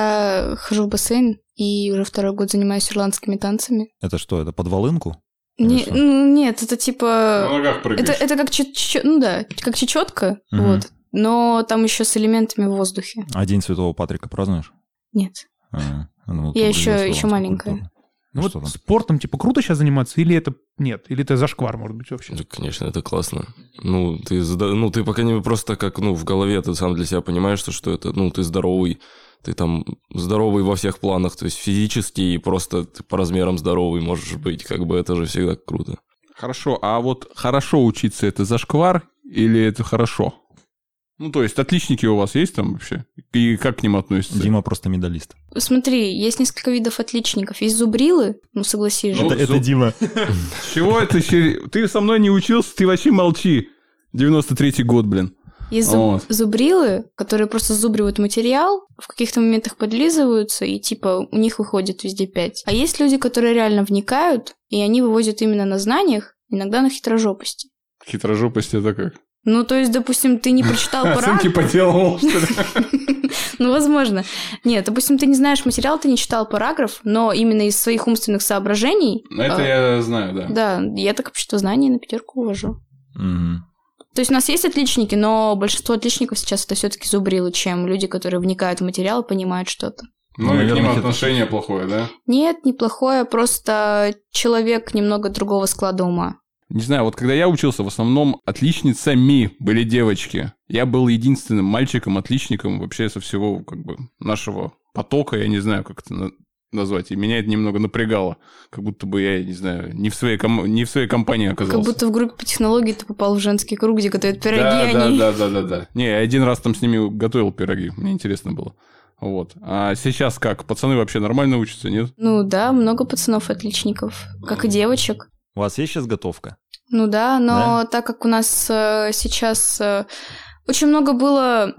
я хожу в бассейн и уже второй год занимаюсь ирландскими танцами. Это что, это под волынку? Не, Хорошо. ну, нет, это типа... На ногах прыгаешь. Это, это как чет- чет- ну да, как чечетка, Мгм. вот. Но там еще с элементами в воздухе. А День Святого Патрика празднуешь? Нет. А, ну, Я тут ещё- близко ещё вам маленькая. культура. Ну Что вот там? спортом, типа, круто сейчас заниматься, или это нет? Или это зашквар, может быть, вообще? Да, конечно, это классно. Ну, ты, зада- ну, ты пока не просто как, ну, в голове ты сам для себя понимаешь, что, что это, ну, ты здоровый, ты там здоровый во всех планах, то есть физически и просто ты по размерам здоровый можешь быть, как бы это же всегда круто. Хорошо, а вот хорошо учиться это зашквар или это хорошо? Ну, то есть отличники у вас есть там вообще? И как к ним относятся? Дима просто медалист. Смотри, есть несколько видов отличников. Есть зубрилы, ну согласись же. Ну, это, зу- это Дима. С чего это? щи- Ты со мной не учился, ты вообще молчи. девяносто третий год, блин. Есть зуб- Вот. зубрилы, которые просто зубривают материал, в каких-то моментах подлизываются, и типа у них выходит везде пять. А есть люди, которые реально вникают, и они вывозят именно на знаниях, иногда на хитрожопости. Хитрожопость это как? Ну, то есть, допустим, ты не прочитал Оценки параграф. поделал, что ли? Ну, возможно. Нет, допустим, ты не знаешь материал, ты не читал параграф, но именно из своих умственных соображений... Ну, это а, я знаю, да. Да, я так общество знаний на пятерку увожу. Мгм. То есть у нас есть отличники, но большинство отличников сейчас это все-таки зубрилы, чем люди, которые вникают в материал и понимают что-то. Ну, и к Наверное, ним хитро- отношение плохое, да? Нет, неплохое, просто человек немного другого склада ума. Не знаю, вот когда я учился, в основном отличницами были девочки. Я был единственным мальчиком-отличником вообще со всего как бы нашего потока, я не знаю, как это на- назвать. И меня это немного напрягало. Как будто бы я, не знаю, не в своей, ком- не в своей компании оказался. Как будто в группе по технологии ты попал в женский круг, где готовят пироги, Да, да, они... да, да, да, да. Не, я один раз там с ними готовил пироги. Мне интересно было. Вот. А сейчас как? Пацаны вообще нормально учатся, нет? Ну да, много пацанов-отличников, как и девочек. У вас есть сейчас готовка? Ну да, но Да? так как у нас э, сейчас э, очень много было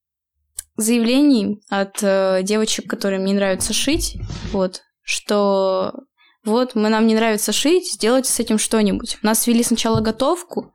заявлений от э, девочек, которым не нравится шить, вот, что вот, мы, нам не нравится шить, сделайте с этим что-нибудь. Нас ввели сначала готовку,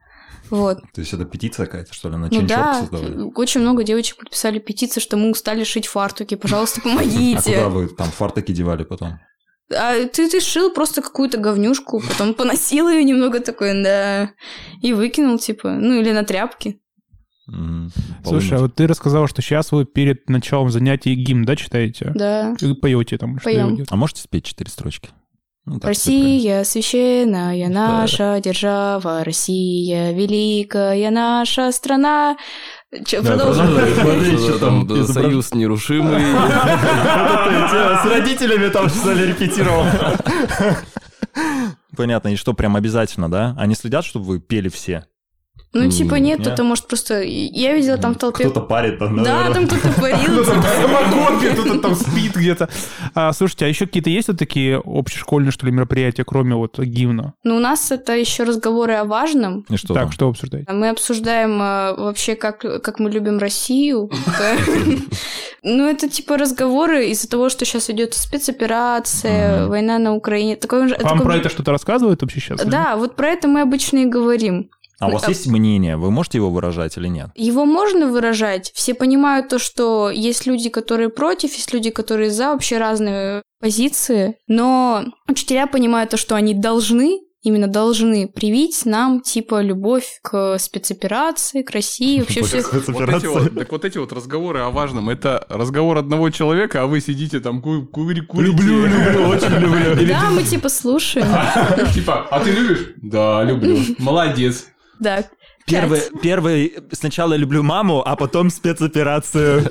Вот. То есть это петиция какая-то, что ли, на Ну Change.org да, создавали? очень много девочек подписали петицию, что мы устали шить фартуки, пожалуйста, А куда помогите. вы там фартуки девали потом? А ты, ты шил просто какую-то говнюшку, потом поносил ее немного такой, да, и выкинул, типа, ну или на тряпки. Мгм. Слушай, а вот ты рассказала, что сейчас вы перед началом занятий гимн, да, читаете? Да. И поете там. что Поем. идет? А можете спеть четыре строчки? Ну, так, Россия священная наша держава, Россия великая наша страна. Че, Да, продолжим? продолжай. Смотри, Что что там, там да, изображ- союз нерушимый. С родителями там что ли репетировал? Понятно, и что, прям обязательно, да? Они следят, чтобы вы пели все? Ну, типа, нет, Нет? это может просто... Я видела там в толпе... Кто-то парит там, Да, там кто-то парил. Кто-то в самогонке, кто-то там спит где-то. А, слушайте, а еще какие-то есть вот такие общешкольные, что ли, мероприятия, кроме вот гимна? Ну, у нас это еще разговоры о важном. И что так, там? что обсуждаете? Мы обсуждаем э, вообще, как, как мы любим Россию. Ну, это типа разговоры из-за того, что сейчас идет спецоперация, война на Украине. Такое же- Вам такое- про это что-то рассказывают вообще сейчас? Да, вот про это мы обычно и говорим. А у вас есть мнение? Вы можете его выражать или нет? Его можно выражать. Все понимают то, что есть люди, которые против, есть люди, которые за, вообще разные позиции. Но учителя понимают то, что они должны, именно должны привить нам, типа, любовь к спецоперации, к России, вообще все. Вот эти вот, так вот эти вот разговоры о важном, это разговор одного человека, а вы сидите там ку- кури- курите. Люблю, люблю, очень люблю. Да, мы типа слушаем. Типа, а ты любишь? Да, люблю. Молодец. Да. Первый, пять. первый, сначала люблю маму, а потом спецоперацию.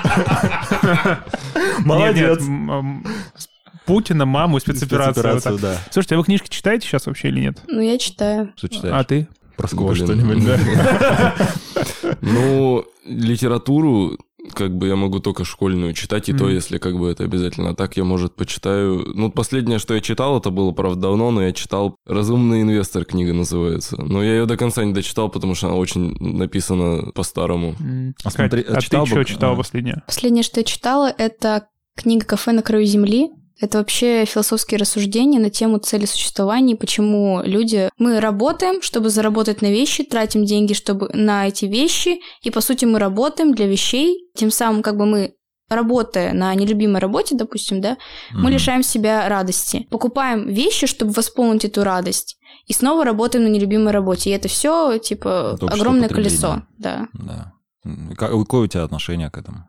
Нет, Молодец. нет, м, м, Путина, маму, спецоперацию. Спецоперацию, вот так. да. Слушайте, а вы книжки читаете сейчас вообще или нет? Ну, я читаю. Что читаешь? А ты? Про сколько Блин. что-нибудь, да? Ну, литературу, как бы я могу только школьную читать, и то, Мгм. если как бы это обязательно. А так я, может, почитаю... Ну, последнее, что я читал, это было, правда, давно, но я читал «Разумный инвестор», книга называется. Но я ее до конца не дочитал, потому что она очень написана по-старому. М, А Кать, смотри, а а читал ты что бы- читал а. последнее? Последнее, что я читала, это книга «Кафе на краю земли». Это вообще философские рассуждения на тему цели существования, почему люди... Мы работаем, чтобы заработать на вещи, тратим деньги чтобы на эти вещи, и, по сути, мы работаем для вещей, тем самым, как бы мы, работая на нелюбимой работе, допустим, да, мы Мгм. лишаем себя радости. Покупаем вещи, чтобы восполнить эту радость, и снова работаем на нелюбимой работе. И это все типа, Это общее огромное потребление. колесо. Да. Да. М, ка- Какое у тебя отношение к этому?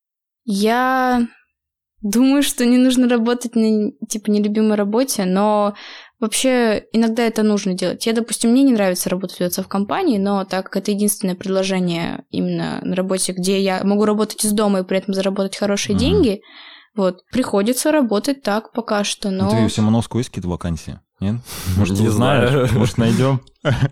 Я думаю, что не нужно работать на, типа, нелюбимой работе, но вообще иногда это нужно делать. Я, допустим, мне не нравится работать у отца в компании, но так как это единственное предложение именно на работе, где я могу работать из дома и при этом заработать хорошие Мгм. деньги, вот, приходится работать так пока что, но... Ну, ты в Симоновскую есть какие-то вакансии? Нет? Может, Не ты знаешь? знаю. Может, найдем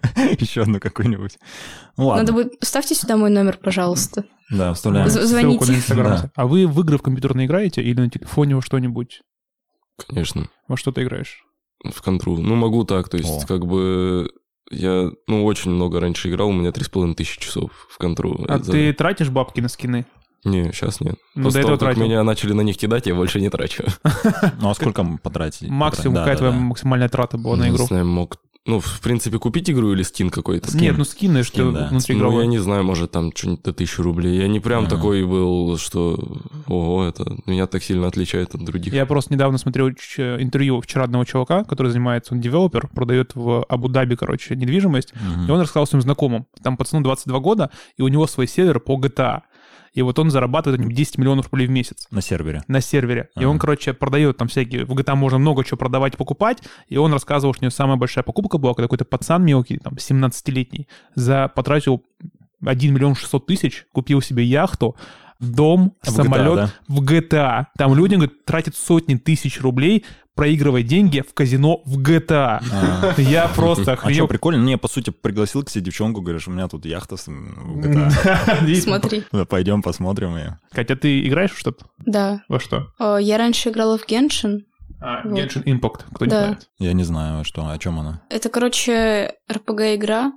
еще одну какую-нибудь? Ну, ладно. Надо будет... Ставьте сюда мой номер, пожалуйста. Да, вставляем. З- звоните. Ссылку на Инстаграм. Да. А вы в игры в компьютерные играете или на телефоне во что-нибудь? Конечно. Во что ты играешь? В контру. Ну, могу так, то есть, О. как бы... Я, ну, очень много раньше играл, у меня три с половиной тысячи часов в контру. А Это- ты тратишь бабки на скины? Не, сейчас нет. Ну, После до того, этого как тратил. меня начали на них кидать, я больше не трачу. Ну, а сколько потратить? Максимум, Да, какая да, твоя да. максимальная трата была на Не игру? знаю, мог... Ну, в принципе, купить игру или скин какой-то. Нет, ну скины, Скин, что да. внутри Ну, я игровой. не знаю, может, там что-нибудь до тысячи рублей. Я не прям Ага. такой был, что... Ого, это меня так сильно отличает от других. Я просто недавно смотрел ч- интервью вчера одного чувака, который занимается, он девелопер, продает в Абу-Даби, короче, недвижимость. Мгм. И он рассказал своим знакомым. Там пацану двадцать два года, и у него свой сервер по джи ти эй. И вот он зарабатывает на нем десять миллионов рублей в месяц На сервере. на сервере. И Ага. он, короче, продает там всякие... В джи ти эй можно много чего продавать и покупать. И он рассказывал, что у него самая большая покупка была, когда какой-то пацан мелкий, там, семнадцатилетний, за... потратил один миллион шестьсот тысяч, купил себе яхту, дом, В джи ти эй, самолет да? в джи ти эй. Там люди, говорят, тратят сотни тысяч рублей, проигрывая деньги в казино в джи ти эй. А. Я просто А что, охренел. прикольно? Ну, я, по сути, пригласил к себе девчонку, говоришь, у меня тут яхта с- в джи ти эй. Смотри. Да, пойдем посмотрим ее. Катя, ты играешь в что-то? Да. Во что? Э, Я раньше играла в Genshin. А, Вот. Genshin Impact, кто не Да. знает. Я не знаю, что, о чем она. Это, короче, эр пи джи-игра,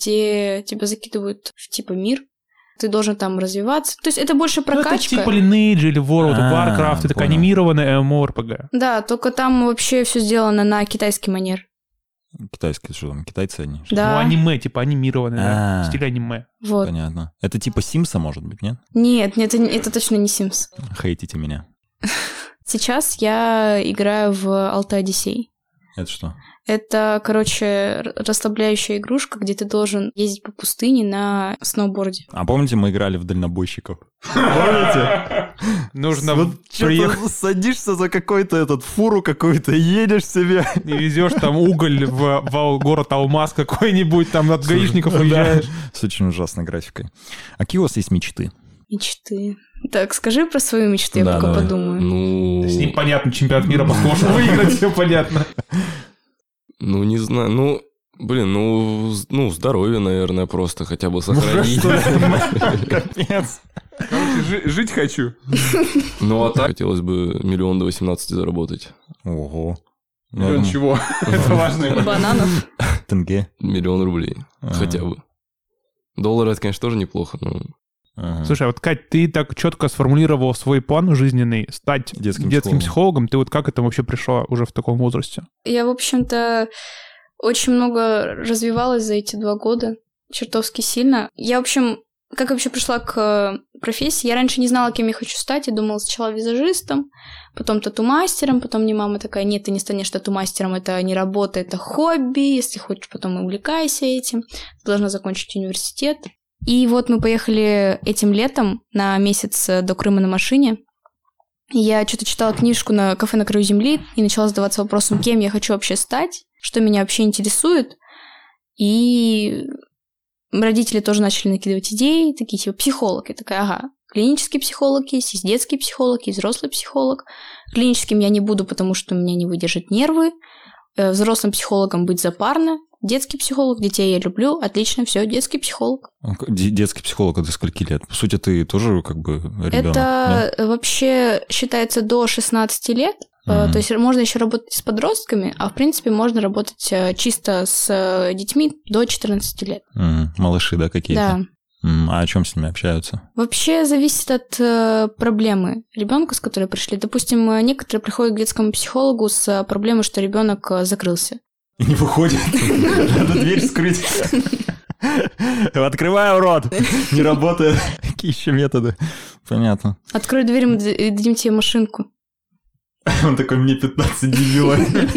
где тебя закидывают в типа мир. Ты должен там развиваться. То есть это больше Ну, это прокачка. типа Lineage или World of А, Warcraft. Это такая понял. анимированная эм эм о эр пи джи. Да, только там вообще все сделано на китайский манер. Китайские, что там, китайцы они? Да. Ну, аниме, типа анимированное, да, А. в стиле аниме. Вот. Понятно. Это типа Симса, может быть, нет? Нет, нет, это, это точно не Sims. Хейтите меня. Сейчас я играю в Alta Odyssey. Это что? Это, короче, р- расслабляющая игрушка, где ты должен ездить по пустыне на сноуборде. А помните, мы играли в дальнобойщиков? Помните? Нужно Вот приехать что-то садишься за какой-то этот фуру какую-то, едешь себе. и везешь там уголь в, в город Алмаз какой-нибудь, там от гаишников уезжаешь. С очень ужасной графикой. А какие у вас есть мечты? Мечты. Так, скажи про свою мечту, я Да, пока давай. подумаю. Ну, С ним понятно, чемпионат мира по сквошу выиграть, все понятно. ну, не знаю, ну, блин, ну, з- ну, здоровье, наверное, просто хотя бы сохранить. Капец. Короче, жи- жить хочу. Ну, а так хотелось бы миллион до восемнадцати заработать. Ого. Ну, я Миллион думаю, чего? Это важно. Бананов. Тенге. Миллион рублей. Ага. Хотя бы. Доллары, это, конечно, тоже неплохо, но... Ага. Слушай, а вот, Кать, ты так четко сформулировал свой план жизненный стать Детским детским, психологом. психологом. Ты вот как это вообще пришла уже в таком возрасте? Я, в общем-то, очень много развивалась за эти два года. Чертовски сильно. Я, в общем, как вообще пришла к э, профессии? Я раньше не знала, кем я хочу стать. Я думала сначала визажистом, потом тату-мастером. Потом мне мама такая: нет, ты не станешь тату-мастером, это не работа, это хобби. Если хочешь, потом увлекайся этим. Ты должна закончить университет. И вот мы поехали этим летом на месяц до Крыма на машине. И я что-то читала книжку на «Кафе на краю земли» и начала задаваться вопросом, кем я хочу вообще стать, что меня вообще интересует. И родители тоже начали накидывать идеи, такие типа психолог. Я такая: ага, клинический психолог есть, есть детский психолог, есть взрослый психолог. Клиническим я не буду, потому что у меня не выдержат нервы. Э, Взрослым психологом быть запарно. Детский психолог, детей я люблю, отлично, все, детский психолог. Д- Детский психолог это скольки лет? По сути, ты тоже как бы ребенок. Это вообще считается до шестнадцати лет. Э, Мгм. То есть можно еще работать с подростками, а в принципе можно работать э, чисто с э, детьми до четырнадцати лет. Мгм. Малыши, да, какие-то? Да. М, А о чем с ними общаются? Вообще зависит от э, проблемы ребенка, с которой пришли. Допустим, э, некоторые приходят к детскому психологу с э, проблемой, что ребенок э, закрылся. И не выходит. Надо дверь скрыть. Открываю рот. Не работает. Какие еще методы? Понятно. Открой дверь, мы д- дадим тебе машинку. Он такой: мне пятнадцать, дебила.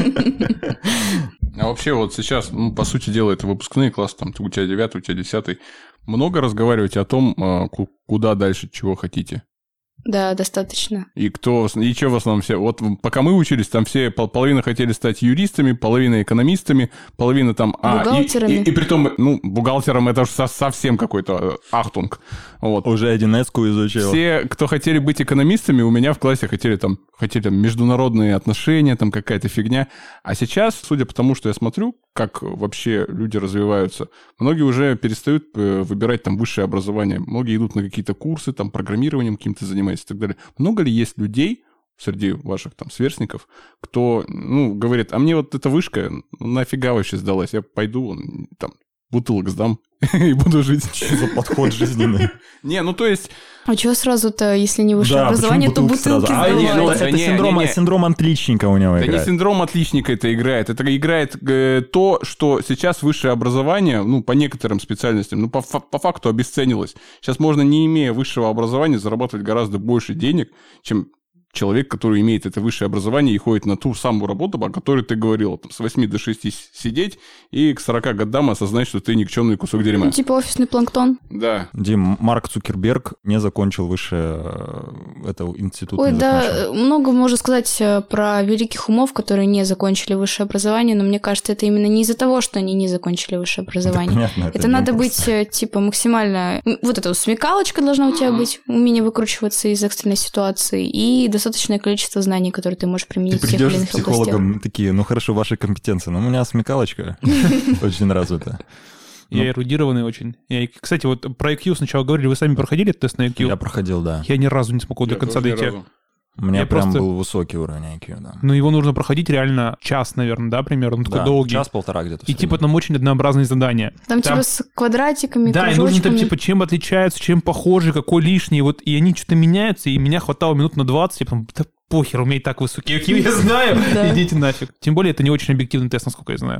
А вообще вот сейчас, ну, по сути дела, это выпускные классы, там, у тебя девятый, у тебя десятый. Много разговариваете о том, а, ку- куда дальше, чего хотите? Да, достаточно. И кто, в ос- и что в основном все? Вот пока мы учились, там все, пол- половина хотели стать юристами, половина экономистами, половина там... а, и- Бухгалтерами. И, и, притом, ну, бухгалтером это уж со- совсем какой-то э, ахтунг. Вот. Уже один эску изучил. Все, кто хотели быть экономистами, у меня в классе хотели там, хотели там международные отношения, там какая-то фигня. А сейчас, судя по тому, что я смотрю, как вообще люди развиваются, многие уже перестают э, выбирать там высшее образование. Многие идут на какие-то курсы, там программированием каким-то занимаются и так далее. Много ли есть людей среди ваших там сверстников, кто, ну, говорит: а мне вот эта вышка нафига вообще сдалась, я пойду вон, там бутылок сдам и буду жить. Что за подход жизненный? Не, ну то есть... А чего сразу-то, если не высшее Да, образование, то почему бутылки бутылки сразу? А, не, ну, сдавать? Да это не, синдром, не, не. синдром отличника у него Да не играет. синдром отличника это играет. Это играет э, то, что сейчас высшее образование, ну, по некоторым специальностям, ну, по, фа- по факту обесценилось. Сейчас можно, не имея высшего образования, зарабатывать гораздо больше денег, чем человек, который имеет это высшее образование и ходит на ту самую работу, о которой ты говорил, там, с восьми до шести сидеть и к сорока годам осознать, что ты никчемный кусок дерьма. Ну, типа офисный планктон. Да. Дим, Марк Цукерберг не закончил высшее э, этого института. Ой, не да, закончил. много можно сказать э, про великих умов, которые не закончили высшее образование, но мне кажется, это именно не из-за того, что они не закончили высшее образование. Понятно, Это не надо просто. быть, э, типа, максимально... м, Вот эта вот смекалочка должна у тебя быть, умение выкручиваться из экстренной ситуации и достаточное количество знаний, которые ты можешь применить Ты в тех или придешь иных с психологом, областях. такие: ну хорошо, ваши компетенции, но у меня смекалочка очень развита. Я Ну. эрудированный очень. Я, кстати, вот про ай кью сначала говорили, вы сами проходили тест на ай кью? Я проходил, да. Я ни разу не смог его до Я конца тоже ни дойти. разу. У меня Я прям просто- был высокий уровень ай кью, да. Но его нужно проходить реально час, наверное, да, примерно? Он такой Да, долгий. час-полтора где-то. И всё типа время. там очень однообразные задания. Там, Там- типа с квадратиками, Да, и нужно там кружочками. типа чем отличаются, чем похожи, какой лишний. Вот, и они что-то меняются, и меня хватало минут на двадцать, я потом, да похер, у меня и так высокий ай кью, я знаю, Да. идите нафиг. Тем более это не очень объективный тест, насколько я знаю.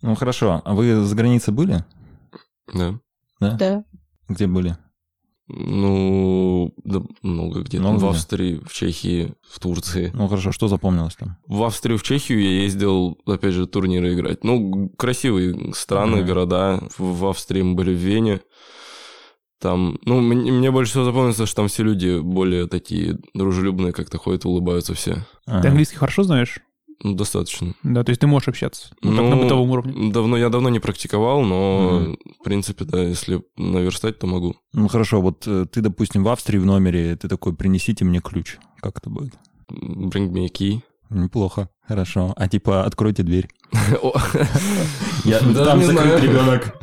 Ну, хорошо. А вы за границей были? Да. Да? Да. Где были? Ну, да, много где. Много в где? Австрии, в Чехии, в Турции. Ну, хорошо. Что запомнилось там? В Австрию, в Чехию я ездил, опять же, турниры играть. Ну, красивые страны, Ага. города. В, в Австрии мы были в Вене. Там, ну, мне, мне больше всего запомнилось, что там все люди более такие дружелюбные, как-то ходят, улыбаются все. Ага. Ты английский хорошо знаешь? Ну, достаточно. Да, то есть ты можешь общаться? Ну, так на бытовом уровне. Давно, я давно не практиковал, но, Мгм. в принципе, да, если наверстать, то могу. Ну, хорошо. Вот э, ты, допустим, в Австрии в номере, ты такой, принесите мне ключ. Как это будет? Bring me a key. Неплохо. Хорошо. А типа, откройте дверь. О, Я, Даже там не закрыт знаю. ребенок.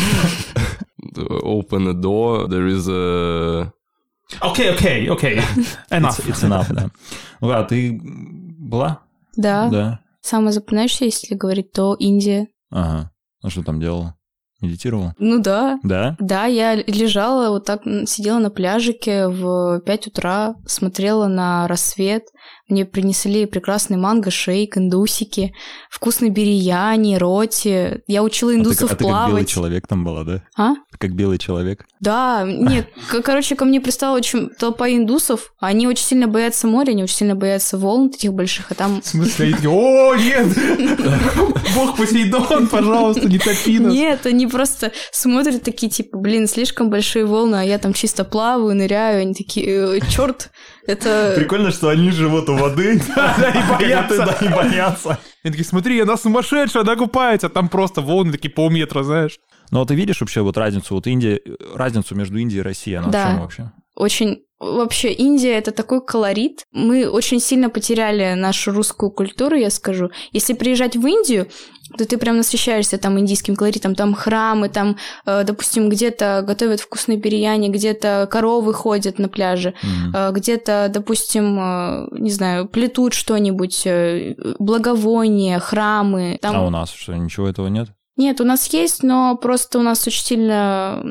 Open a door, there is a... Окей, окей, окей. It's, it's enough, да. Ну, а ты была? Да. Да. Самое запоминающееся, если говорить, то Индия. Ага. А что там делала? Медитировала? Ну да. Да? Да, я лежала вот так, м, сидела на пляжике в пять утра, смотрела на рассвет. Мне принесли прекрасный манго-шейк, индусики, вкусный бирияни, роти. Я учила А ты, индусов а ты как белый плавать. человек там была, да? А? Ты как белый человек. Да, нет, к- короче, ко мне пристала очень толпа индусов. Они очень сильно боятся моря, они очень сильно боятся волн таких больших, а там... В смысле? Они такие, о, нет! Бог Посейдон, пожалуйста, не топи нас. Нет, они просто смотрят такие, типа, блин, слишком большие волны, а я там чисто плаваю, ныряю. Они такие, черт, это... Прикольно, что они живут у воды. Да, и боятся. Да, и боятся. Они такие, смотри, она сумасшедшая, она купается, а там просто волны такие полметра, знаешь. Ну, а ты видишь вообще вот разницу, вот Индия, разницу между Индией и Россией, она Да. в чем вообще? Очень... Вообще, Индия — это такой колорит. Мы очень сильно потеряли нашу русскую культуру, я скажу. Если приезжать в Индию, то ты прям насыщаешься там индийским колоритом. Там храмы, там, э, допустим, где-то готовят вкусные бирияни, где-то коровы ходят на пляже, Мгм. э, где-то, допустим, э, не знаю, плетут что-нибудь, э, благовония, храмы. Там... А у нас что, ничего этого нет? Нет, у нас есть, но просто у нас очень сильно...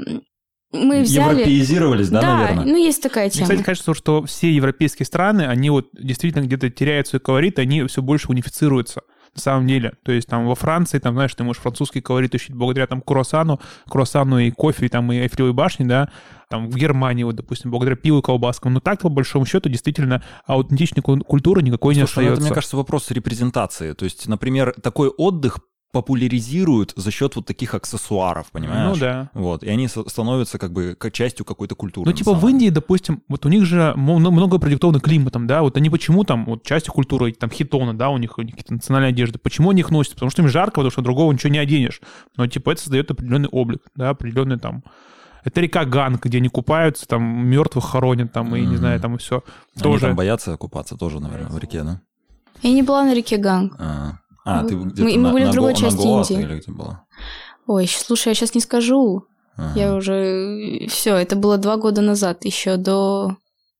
Мы взяли... Европеизировались, да, да, наверное? ну есть такая Мне, тема. кстати, кажется, что все европейские страны, они вот действительно где-то теряют свой колорит, они все больше унифицируются. На самом деле. То есть там во Франции, там, знаешь, ты можешь французский колорит учить благодаря там круассану, круассану и кофе, и там и Эйфелевой башне, да, там в Германии, вот, допустим, благодаря пиву и колбаскам. Но так, по большому счету, действительно, аутентичной ку- культуры никакой не Слушай, ну остается. это, мне кажется, вопрос репрезентации. То есть, например, такой отдых популяризируют за счет вот таких аксессуаров, понимаешь? Ну да. Вот, и они со- становятся как бы как частью какой-то культуры. Ну, на типа самом в деле. Индии, допустим, вот у них же мо- много продиктовано климатом, да, вот они почему там, вот часть культуры, там хитоны, да, у них, у них какие-то национальные одежды, почему они их носят? Потому что им жарко, потому что другого ничего не оденешь. Но, типа, это создает определенный облик, да, определенный там... Это река Ганг, где они купаются, там мертвых хоронят, там, и не Мгм. знаю, там и все. Они Тоже. там боятся купаться тоже, наверное, в реке, да? Я не была на реке Ганг. А, а ты Мы- где-то мы на, были в на другой Го- части на Гоа Индии. или где была? Ой, слушай, я сейчас не скажу. Ага. Я уже... Все, это было два года назад, еще до...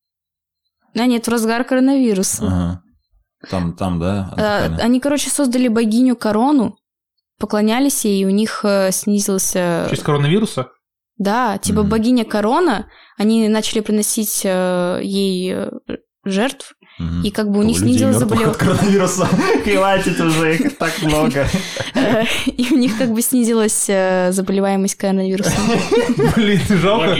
Да нет, в разгар коронавируса. Ага. Там, там, да? А, отдыхали? Они, короче, создали богиню Корону, поклонялись ей, и у них э, снизился... В честь коронавируса? Да, типа Мгм. богиня Корона, они начали приносить э, ей э, жертв, Мгм. и как бы у О, них людей снизилось мертвых от заболевание. коронавируса. Хватит уже, их так много. И у них как бы снизилась э, заболеваемость коронавирусом. Блин, жалко.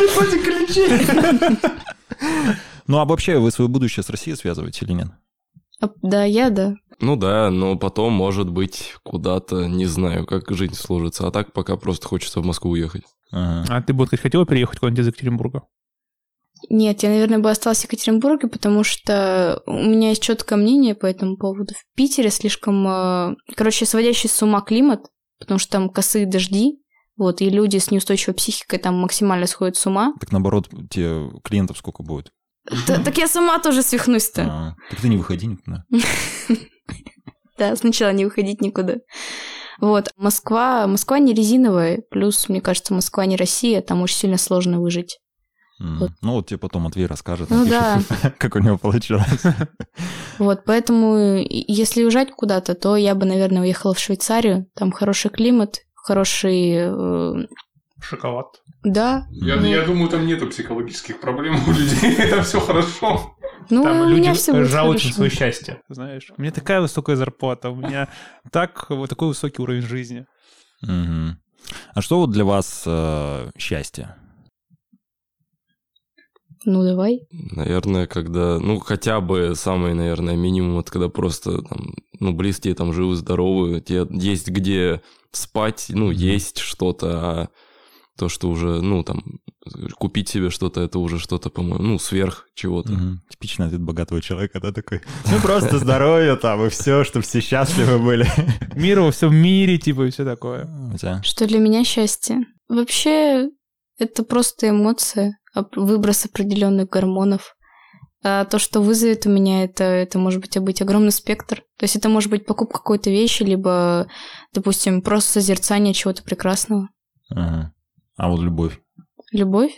Ну, а вообще, вы свое будущее с Россией связываете или нет? А, Да, я да. Ну да, но потом, может быть, куда-то, не знаю, как жизнь сложится. А так пока просто хочется в Москву уехать. Ага. А ты бы, хоть хотела переехать куда-нибудь из Екатеринбурга? Нет, я, наверное, бы осталась в Екатеринбурге, потому что у меня есть четкое мнение по этому поводу. В Питере слишком, э, короче, сводящий с ума климат, потому что там косые дожди, вот, и люди с неустойчивой психикой там максимально сходят с ума. Так наоборот, тебе клиентов сколько будет? Т- Так я сама тоже свихнусь-то. А, так ты не выходи никуда. Да, сначала не выходить никуда. Вот, Москва, Москва не резиновая, плюс, мне кажется, Москва не Россия, там очень сильно сложно выжить. М. Вот. Ну, вот тебе потом Матвей расскажет, Ну напишет, как у него получилось. Вот, поэтому, и- если уезжать куда-то, то я бы, наверное, уехала в Швейцарию, там хороший климат, хороший... э, Шоколад. да. Я, я думаю, там нету психологических проблем у людей, это все хорошо. Ну, Там у люди меня все будет жалуются на хорошо. свое счастье, знаешь. У меня такая высокая зарплата, у меня так, вот такой высокий уровень жизни. Мгм. А что вот для вас э, счастье? Ну, давай. Наверное, когда, ну, хотя бы самый, наверное, минимум, это когда просто, там, ну, близкие там живы, здоровы, тебе есть где спать, ну, есть что-то, а то, что уже, ну, там, купить себе что-то, это уже что-то, по-моему, ну, сверх чего-то. Мгм. Типичный ответ богатого человека, да, такой? Ну, просто здоровье там, и все, чтобы все счастливы были. Мир во всем мире, типа, и все такое. У тебя? Что для меня счастье? Вообще, это просто эмоция, оп- выброс определенных гормонов. А то, что вызовет у меня, это, это может быть, быть огромный спектр. То есть это может быть покупка какой-то вещи, либо, допустим, просто созерцание чего-то прекрасного. Ага. А вот любовь? Любовь?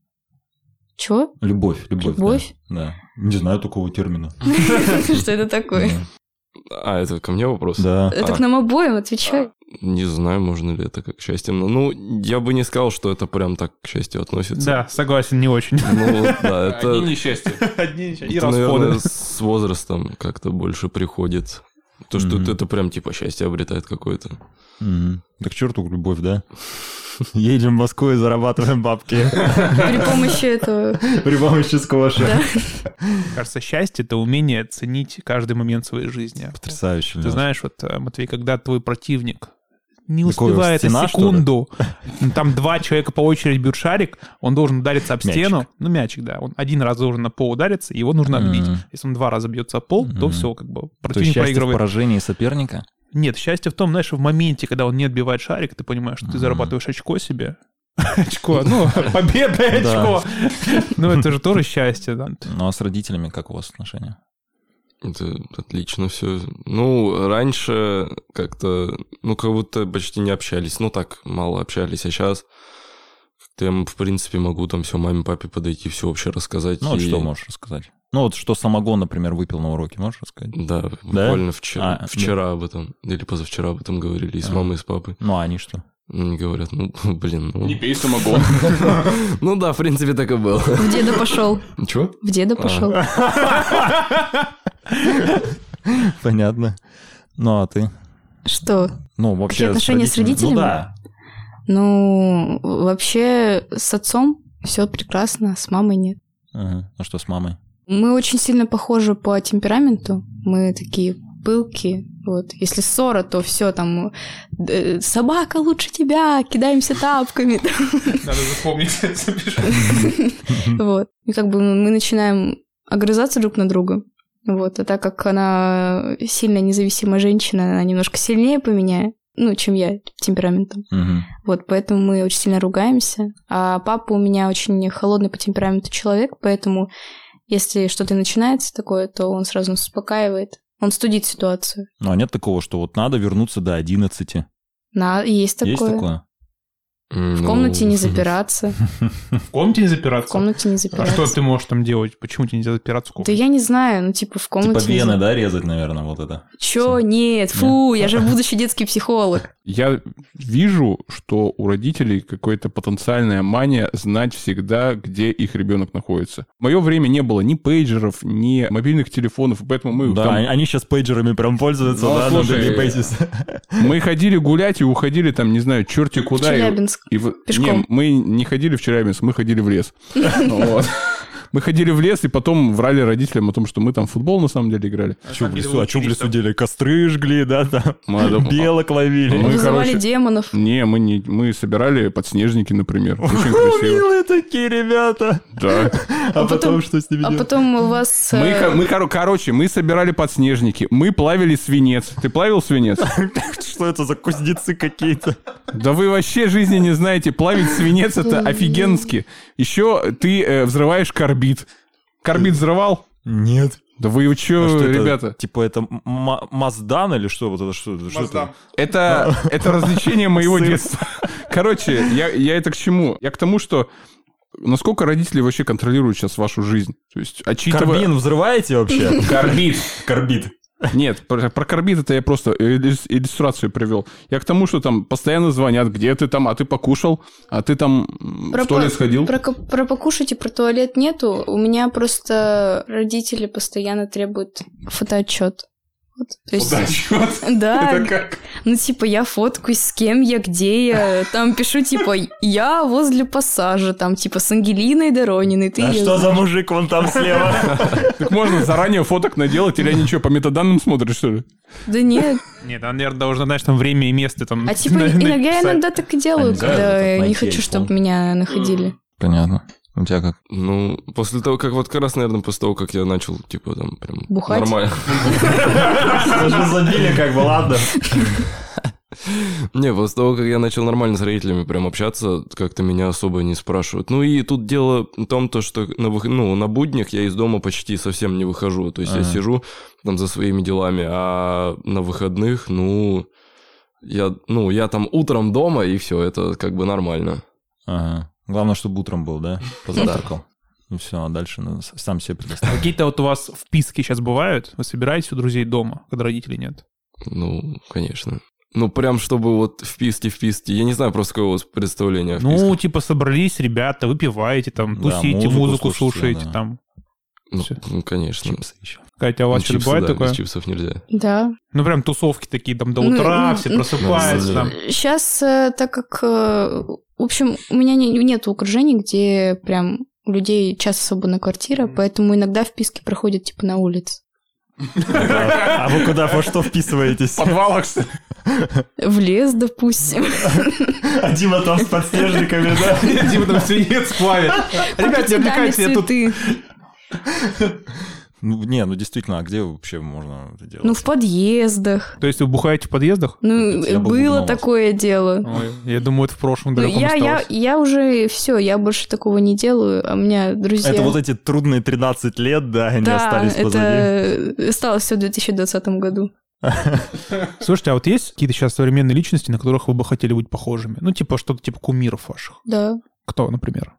Чего? Любовь, любовь. Любовь? Да. да. Не знаю такого термина. Что это такое? А, это ко мне вопрос? Да. Это А. к нам обоим, отвечай. Не знаю, можно ли это как к счастью. но, Ну, я бы не сказал, что это прям так к счастью относится. Да, согласен, не очень. Ну, да, это, Одни несчастья. Одни и это, расходы. наверное, с возрастом как-то больше приходит. То, что Мгм. это прям типа счастье обретает какое-то. Мгм. Да к черту любовь, да? Едем в Москву и зарабатываем бабки При помощи этого... при помощи сквоша. Да. Кажется, счастье — это умение ценить каждый момент своей жизни. Потрясающе. Ты Лёш. знаешь, вот, э, Матвей, когда твой противник не Такое успевает стена, на что ли? секунду, там два человека по очереди бьют шарик, он должен удариться об Мячик. стену, ну, мячик, да, он один раз должен на пол удариться, его нужно отбить. Мгм. Если он два раза бьется об пол, то Мгм. все, как бы, То есть противник счастье в проигрывает. поражении соперника? Нет, счастье в том, знаешь, в моменте, когда он не отбивает шарик, ты понимаешь, что ты Мгм. зарабатываешь очко себе. Очко, ну, победное Да. очко. Ну, это же тоже счастье, да. Ну, а с родителями как у вас отношения? Это отлично все. Ну, раньше как-то, ну, как будто почти не общались. Ну, так, мало общались, а сейчас как-то я, в принципе, могу там все маме, папе подойти, все вообще рассказать. Ну, вот и- что можешь рассказать? Ну, вот что самогон, например, выпил на уроке, можешь рассказать? Да, буквально вчера, А, вчера об этом, или позавчера об этом говорили и с А. мамой, и с папой. Ну, а они что? Они говорят, ну, блин, ну... Не пей самогон. Ну да, в принципе, так и было. В деда пошел. Чего? В деда пошел. Понятно. Ну, а ты? Что? Ну, вообще... отношения с родителями? Ну, да. Ну, вообще с отцом все прекрасно, с мамой нет. Ага. А что с мамой? Мы очень сильно похожи по темпераменту. Мы такие пылкие. Вот. Если ссора, то все там э, собака лучше тебя, кидаемся тапками. Надо запомнить, запиши. Вот. И как бы мы начинаем огрызаться друг на друга. Вот. А так как она сильно независимая женщина, она немножко сильнее по меня, ну, чем я темпераментом. Мгм. Вот, поэтому мы очень сильно ругаемся. А папа у меня очень холодный по темпераменту человек, поэтому если что-то начинается такое, то он сразу нас успокаивает. Он студит ситуацию. Ну, а нет такого, что вот надо вернуться до одиннадцати? На, есть такое. Есть такое? В комнате не запираться. В комнате не запираться? В комнате не А запираться. что ты можешь там делать? Почему тебе нельзя запираться в Да комнате? я не знаю, ну типа в комнате... Типа не вены, за- да, резать, наверное, вот это? Чё? Нет, фу, я же будущий детский психолог. Я вижу, что у родителей какая-то потенциальная мания знать всегда, где их ребенок находится. В мое время не было ни пейджеров, ни мобильных телефонов, и поэтому мы Да, там- они- они сейчас пейджерами прям пользуются, Ну, да, слушай, на daily basis. мы ходили гулять и уходили там, не знаю, черти В куда. и- Челябинск. И в- Пешком. Не, мы не ходили в Челябинск, мы ходили в лес. Вот. Мы ходили в лес и потом врали родителям о том, что мы там в футбол на самом деле играли. Чё в лесу? А что в лесу делали? Костры жгли, да, там? Мы, да, Белок ловили. Мы, Вызывали короче, демонов. Не, мы не, мы собирали подснежники, например. Очень красиво. Милые такие ребята. Да. А потом что с ними А делать? потом у вас... Мы, э, ко- мы, коро- короче, мы собирали подснежники, мы плавили свинец. Ты плавил свинец? Что это за кузнецы какие-то? Да вы вообще жизни не знаете. Плавить свинец — это офигенски. Еще ты э, взрываешь карбид. Карбид взрывал? Нет. Да вы А чё, что это? ребята? Типа это м- м- Маздан или что? Вот это что? это? Что это? Это, это развлечение моего Сын. детства. Короче, я, я это к чему? Я к тому, что насколько родители вообще контролируют сейчас вашу жизнь? То есть, отчитывая... Карбин взрываете вообще? Карбид. Карбид. Нет, про, про карбид это я просто иллюстрацию привел. Я к тому, что там постоянно звонят, где ты там, а ты покушал, а ты там про в туалет по- сходил. Про, про покушать и про туалет нету. У меня просто родители постоянно требуют фотоотчет. Вот, то есть, Фотоотчет? да, Это как? ну типа я фоткаюсь, с кем я, где я, там пишу типа я возле пассажа, там типа с Ангелиной Дорониной. Ты А её что за знаешь. мужик вон там слева? Так можно заранее фоток наделать, или они что, по метаданным смотрят, что ли? Да нет. Нет, она, наверное, должна, знаешь, там время и место там... А типа на- иногда я написать. иногда так и делаю, А нельзя когда это я не найти хочу, айфон? чтобы меня находили. Понятно. У тебя как? Ну, после того, как вот как раз, наверное, после того, как я начал, типа, там, прям Бухать? нормально. Уже забили, как бы, ладно. Не, после того, как я начал нормально с родителями прям общаться, как-то меня особо не спрашивают. Ну и тут дело в том, то, что на, вых... ну, на буднях я из дома почти совсем не выхожу. То есть я Ага. сижу там за своими делами, а на выходных, ну, я, ну, я там утром дома, и все, это как бы нормально. Ага. Главное, чтобы утром был, да? Позавтракал. И все, а дальше ну, с- сам себе предоставил. Какие-то вот у вас вписки сейчас бывают? Вы собираетесь у друзей дома, когда родителей нет? Ну, конечно. Ну, прям чтобы вот вписки-вписки. Я не знаю просто какое у вас представление о Ну, вписках. типа собрались ребята, выпиваете там, Да, тусите, музыку музыку слушаете, слушаете да. там. Ну, всё. ну, конечно. Чипсы еще. Катя, а у вас Ну, что-то чипсы, бывает да, такое? без чипсов нельзя. Да. Ну, прям тусовки такие там до Ну, утра, ну, все ну, просыпаются ну, там. Сейчас, так как, э, в общем, у меня не, нет окружений, где прям у людей часто свободная квартира, поэтому иногда вписки проходят типа на улице. А вы куда, во что вписываетесь? В подвалах, что ли? В лес, допустим. А Дима там с подснежниками, да? Дима там свинец плавит. Ребят, не Купите даме отвлекайтесь, я тут... цветы. Ну, не, ну действительно, а где вообще можно это делать? Ну, в подъездах. То есть вы бухаете в подъездах? Ну, Я бы было угнался. такое дело. Ой, я думаю, это в прошлом Ну, далеком я, я, осталось. я уже все, я больше такого не делаю, а у меня друзья... Это вот эти трудные тринадцать лет, да, они да, остались позади. это осталось все в две тысячи двадцатом году. Слушайте, а вот есть какие-то сейчас современные личности, на которых вы бы хотели быть похожими? Ну, типа что-то типа кумиров ваших. Да. Кто, например?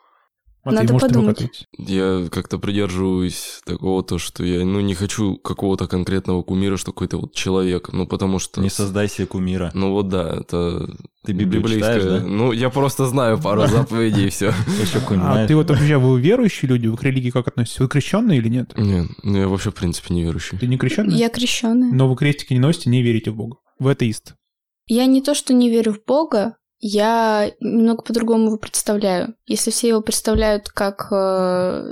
Надо может, и вы подумать. как-нибудь? Я как-то придерживаюсь такого, то, что я, ну, не хочу какого-то конкретного кумира, что какой-то вот человек, ну, потому что... Не создай себе кумира. Ну, вот да, это... Ты Библию библейское. читаешь, да? Ну, я просто знаю пару заповедей, и все. Еще какой-нибудь, А знаешь? ты вот вообще, вы верующие люди? Вы к религии как относитесь? Вы крещенные или нет? Нет, ну, я вообще, в принципе, неверующий. Ты не крещенный? Я крещеная. Но вы крестики не носите, не верите в Бога. Вы атеист. Я не то, что не верю в Бога, я немного по-другому его представляю. Если все его представляют как э,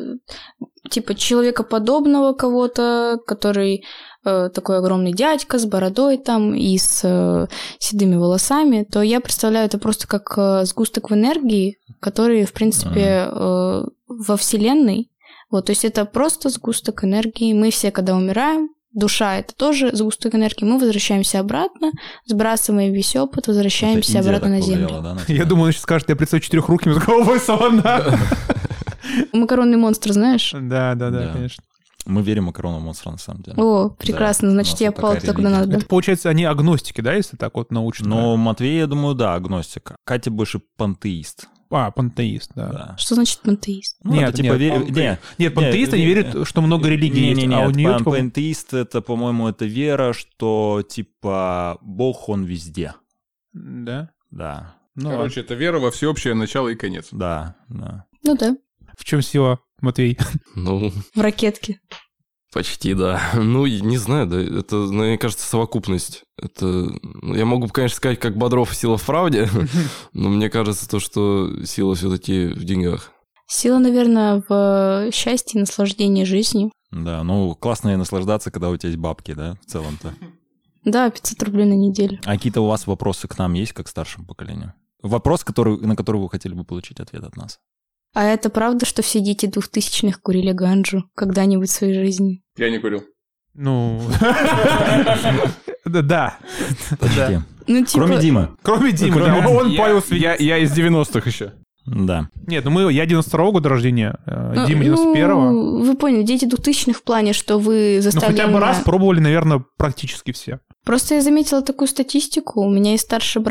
типа человекоподобного кого-то, который э, такой огромный дядька с бородой там и с э, седыми волосами, то я представляю это просто как э, сгусток в энергии, который, в принципе, э, во Вселенной. Вот, то есть это просто сгусток энергии. Мы все, когда умираем, душа — это тоже сгусток энергии. Мы возвращаемся обратно, сбрасываем весь опыт, возвращаемся Это Индия обратно на так Землю. повлияла, да, на Я тебя? думаю, он сейчас скажет, я представляю четырехруким с головой слона. Макаронный монстр, знаешь? Да, да, да, Да. конечно. Мы верим в макарону монстра, на самом деле. О, прекрасно, Да, значит, у нас я вот попала такая туда, куда религия. надо. Это, получается, они агностики, да, если так вот научно? Но Матвей, я думаю, да, агностик. Катя больше пантеист. А, пантеист, да. Да. Что значит пантеист? Ну, Нет, это типа нет, вере- панте- не, Нет, пантеисты не не, верят, что много религий не, есть, не, не, а у нее, пан- типа... пантеист это, по-моему, это вера, что типа Бог он везде. Да? Да, Ну, Короче, это вера во всеобщее начало и конец. да, да. Ну да, в чем сила, Матвей? Ну, в ракетке. почти, да. Ну, и не знаю, да, это, ну, мне кажется, совокупность. Это, ну, я могу, конечно, сказать, как Бодров сила в правде, но мне кажется, то, что сила все-таки в деньгах. Сила, наверное, в счастье и наслаждении жизнью. Да, ну классно и наслаждаться, когда у тебя есть бабки, да, в целом-то. Да, пятьсот рублей на неделю. А какие-то у вас вопросы к нам есть, как к старшему поколению? Вопрос, который, на который вы хотели бы получить ответ от нас. А это правда, что все дети двухтысячных курили ганджу когда-нибудь в своей жизни? Я не курил. Ну... Да, да. Почти. Ну, типа... Кроме Димы. Кроме Димы, Кроме- да, он я, понял я, я из девяностых еще. Да. Нет, ну мы, я девяносто второго года рождения, э, ну, Дима девяносто первого. ну, вы поняли, дети двухтысячных в плане, что вы Ну заставляли... хотя бы на- раз пробовали, наверное, практически все. Просто я заметила такую статистику. У меня есть старший брат,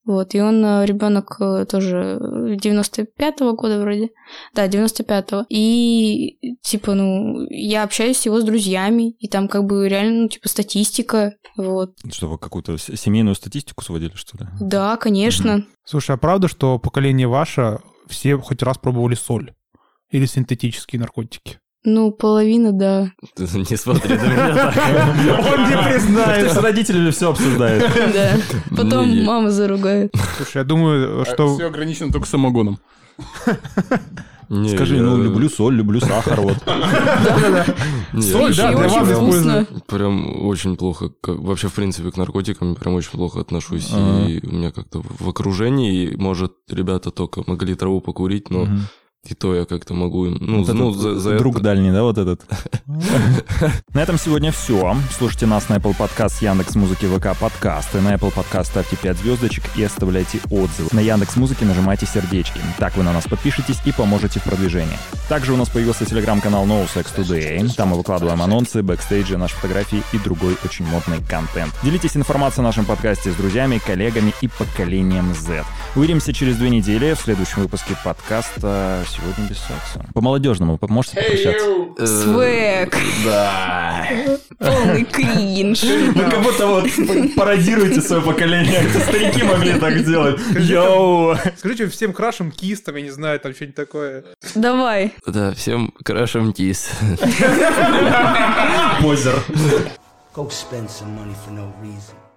Вот, и он ребенок тоже девяносто пятого года вроде. Да, девяносто пятого. И, типа, ну, я общаюсь его с друзьями, и там как бы реально, ну, типа, статистика, вот. Что, вы какую-то семейную статистику сводили, что ли? Да, конечно. Угу. Слушай, а правда, что поколение ваше все хоть раз пробовали соль? Или синтетические наркотики? Ну, половина, да. Ты не смотри на меня так. Он не признает. Ты с родителями все обсуждаешь. Да. Потом мама заругает. Слушай, я думаю, что... Все ограничено только самогоном. Скажи, ну, люблю соль, люблю сахар, вот. Соль, да, для вас использую. Прям очень плохо. Вообще, в принципе, к наркотикам прям очень плохо отношусь. И у меня как-то в окружении, может, ребята только могли траву покурить, но... И то я как-то могу им... Ну, вот ну за, за друг это... дальний, да, вот этот? На этом сегодня все. Слушайте нас на Apple Podcast, Яндекс.Музыки, ВК подкасты. На Apple Podcast ставьте пять звездочек и оставляйте отзывы. На Яндекс.Музыке нажимайте сердечки. Так вы на нас подпишетесь и поможете в продвижении. Также у нас появился телеграм-канал No Sex Today. Там мы выкладываем анонсы, бэкстейджи, наши фотографии и другой очень модный контент. Делитесь информацией о нашем подкасте с друзьями, коллегами и поколением Z. Увидимся через две недели в следующем выпуске подкаста «Сегодня без секса». По-молодежному, поможете попрощаться? Свэк. Да. Полный кринж. Вы как будто вот пародируете свое поколение. Это старики могли так делать. Йоу! Скажите всем крашем кис, там, я не знаю, там что-нибудь такое. Давай. Да, всем крашем тис. Позер. Go spend some money for no reason.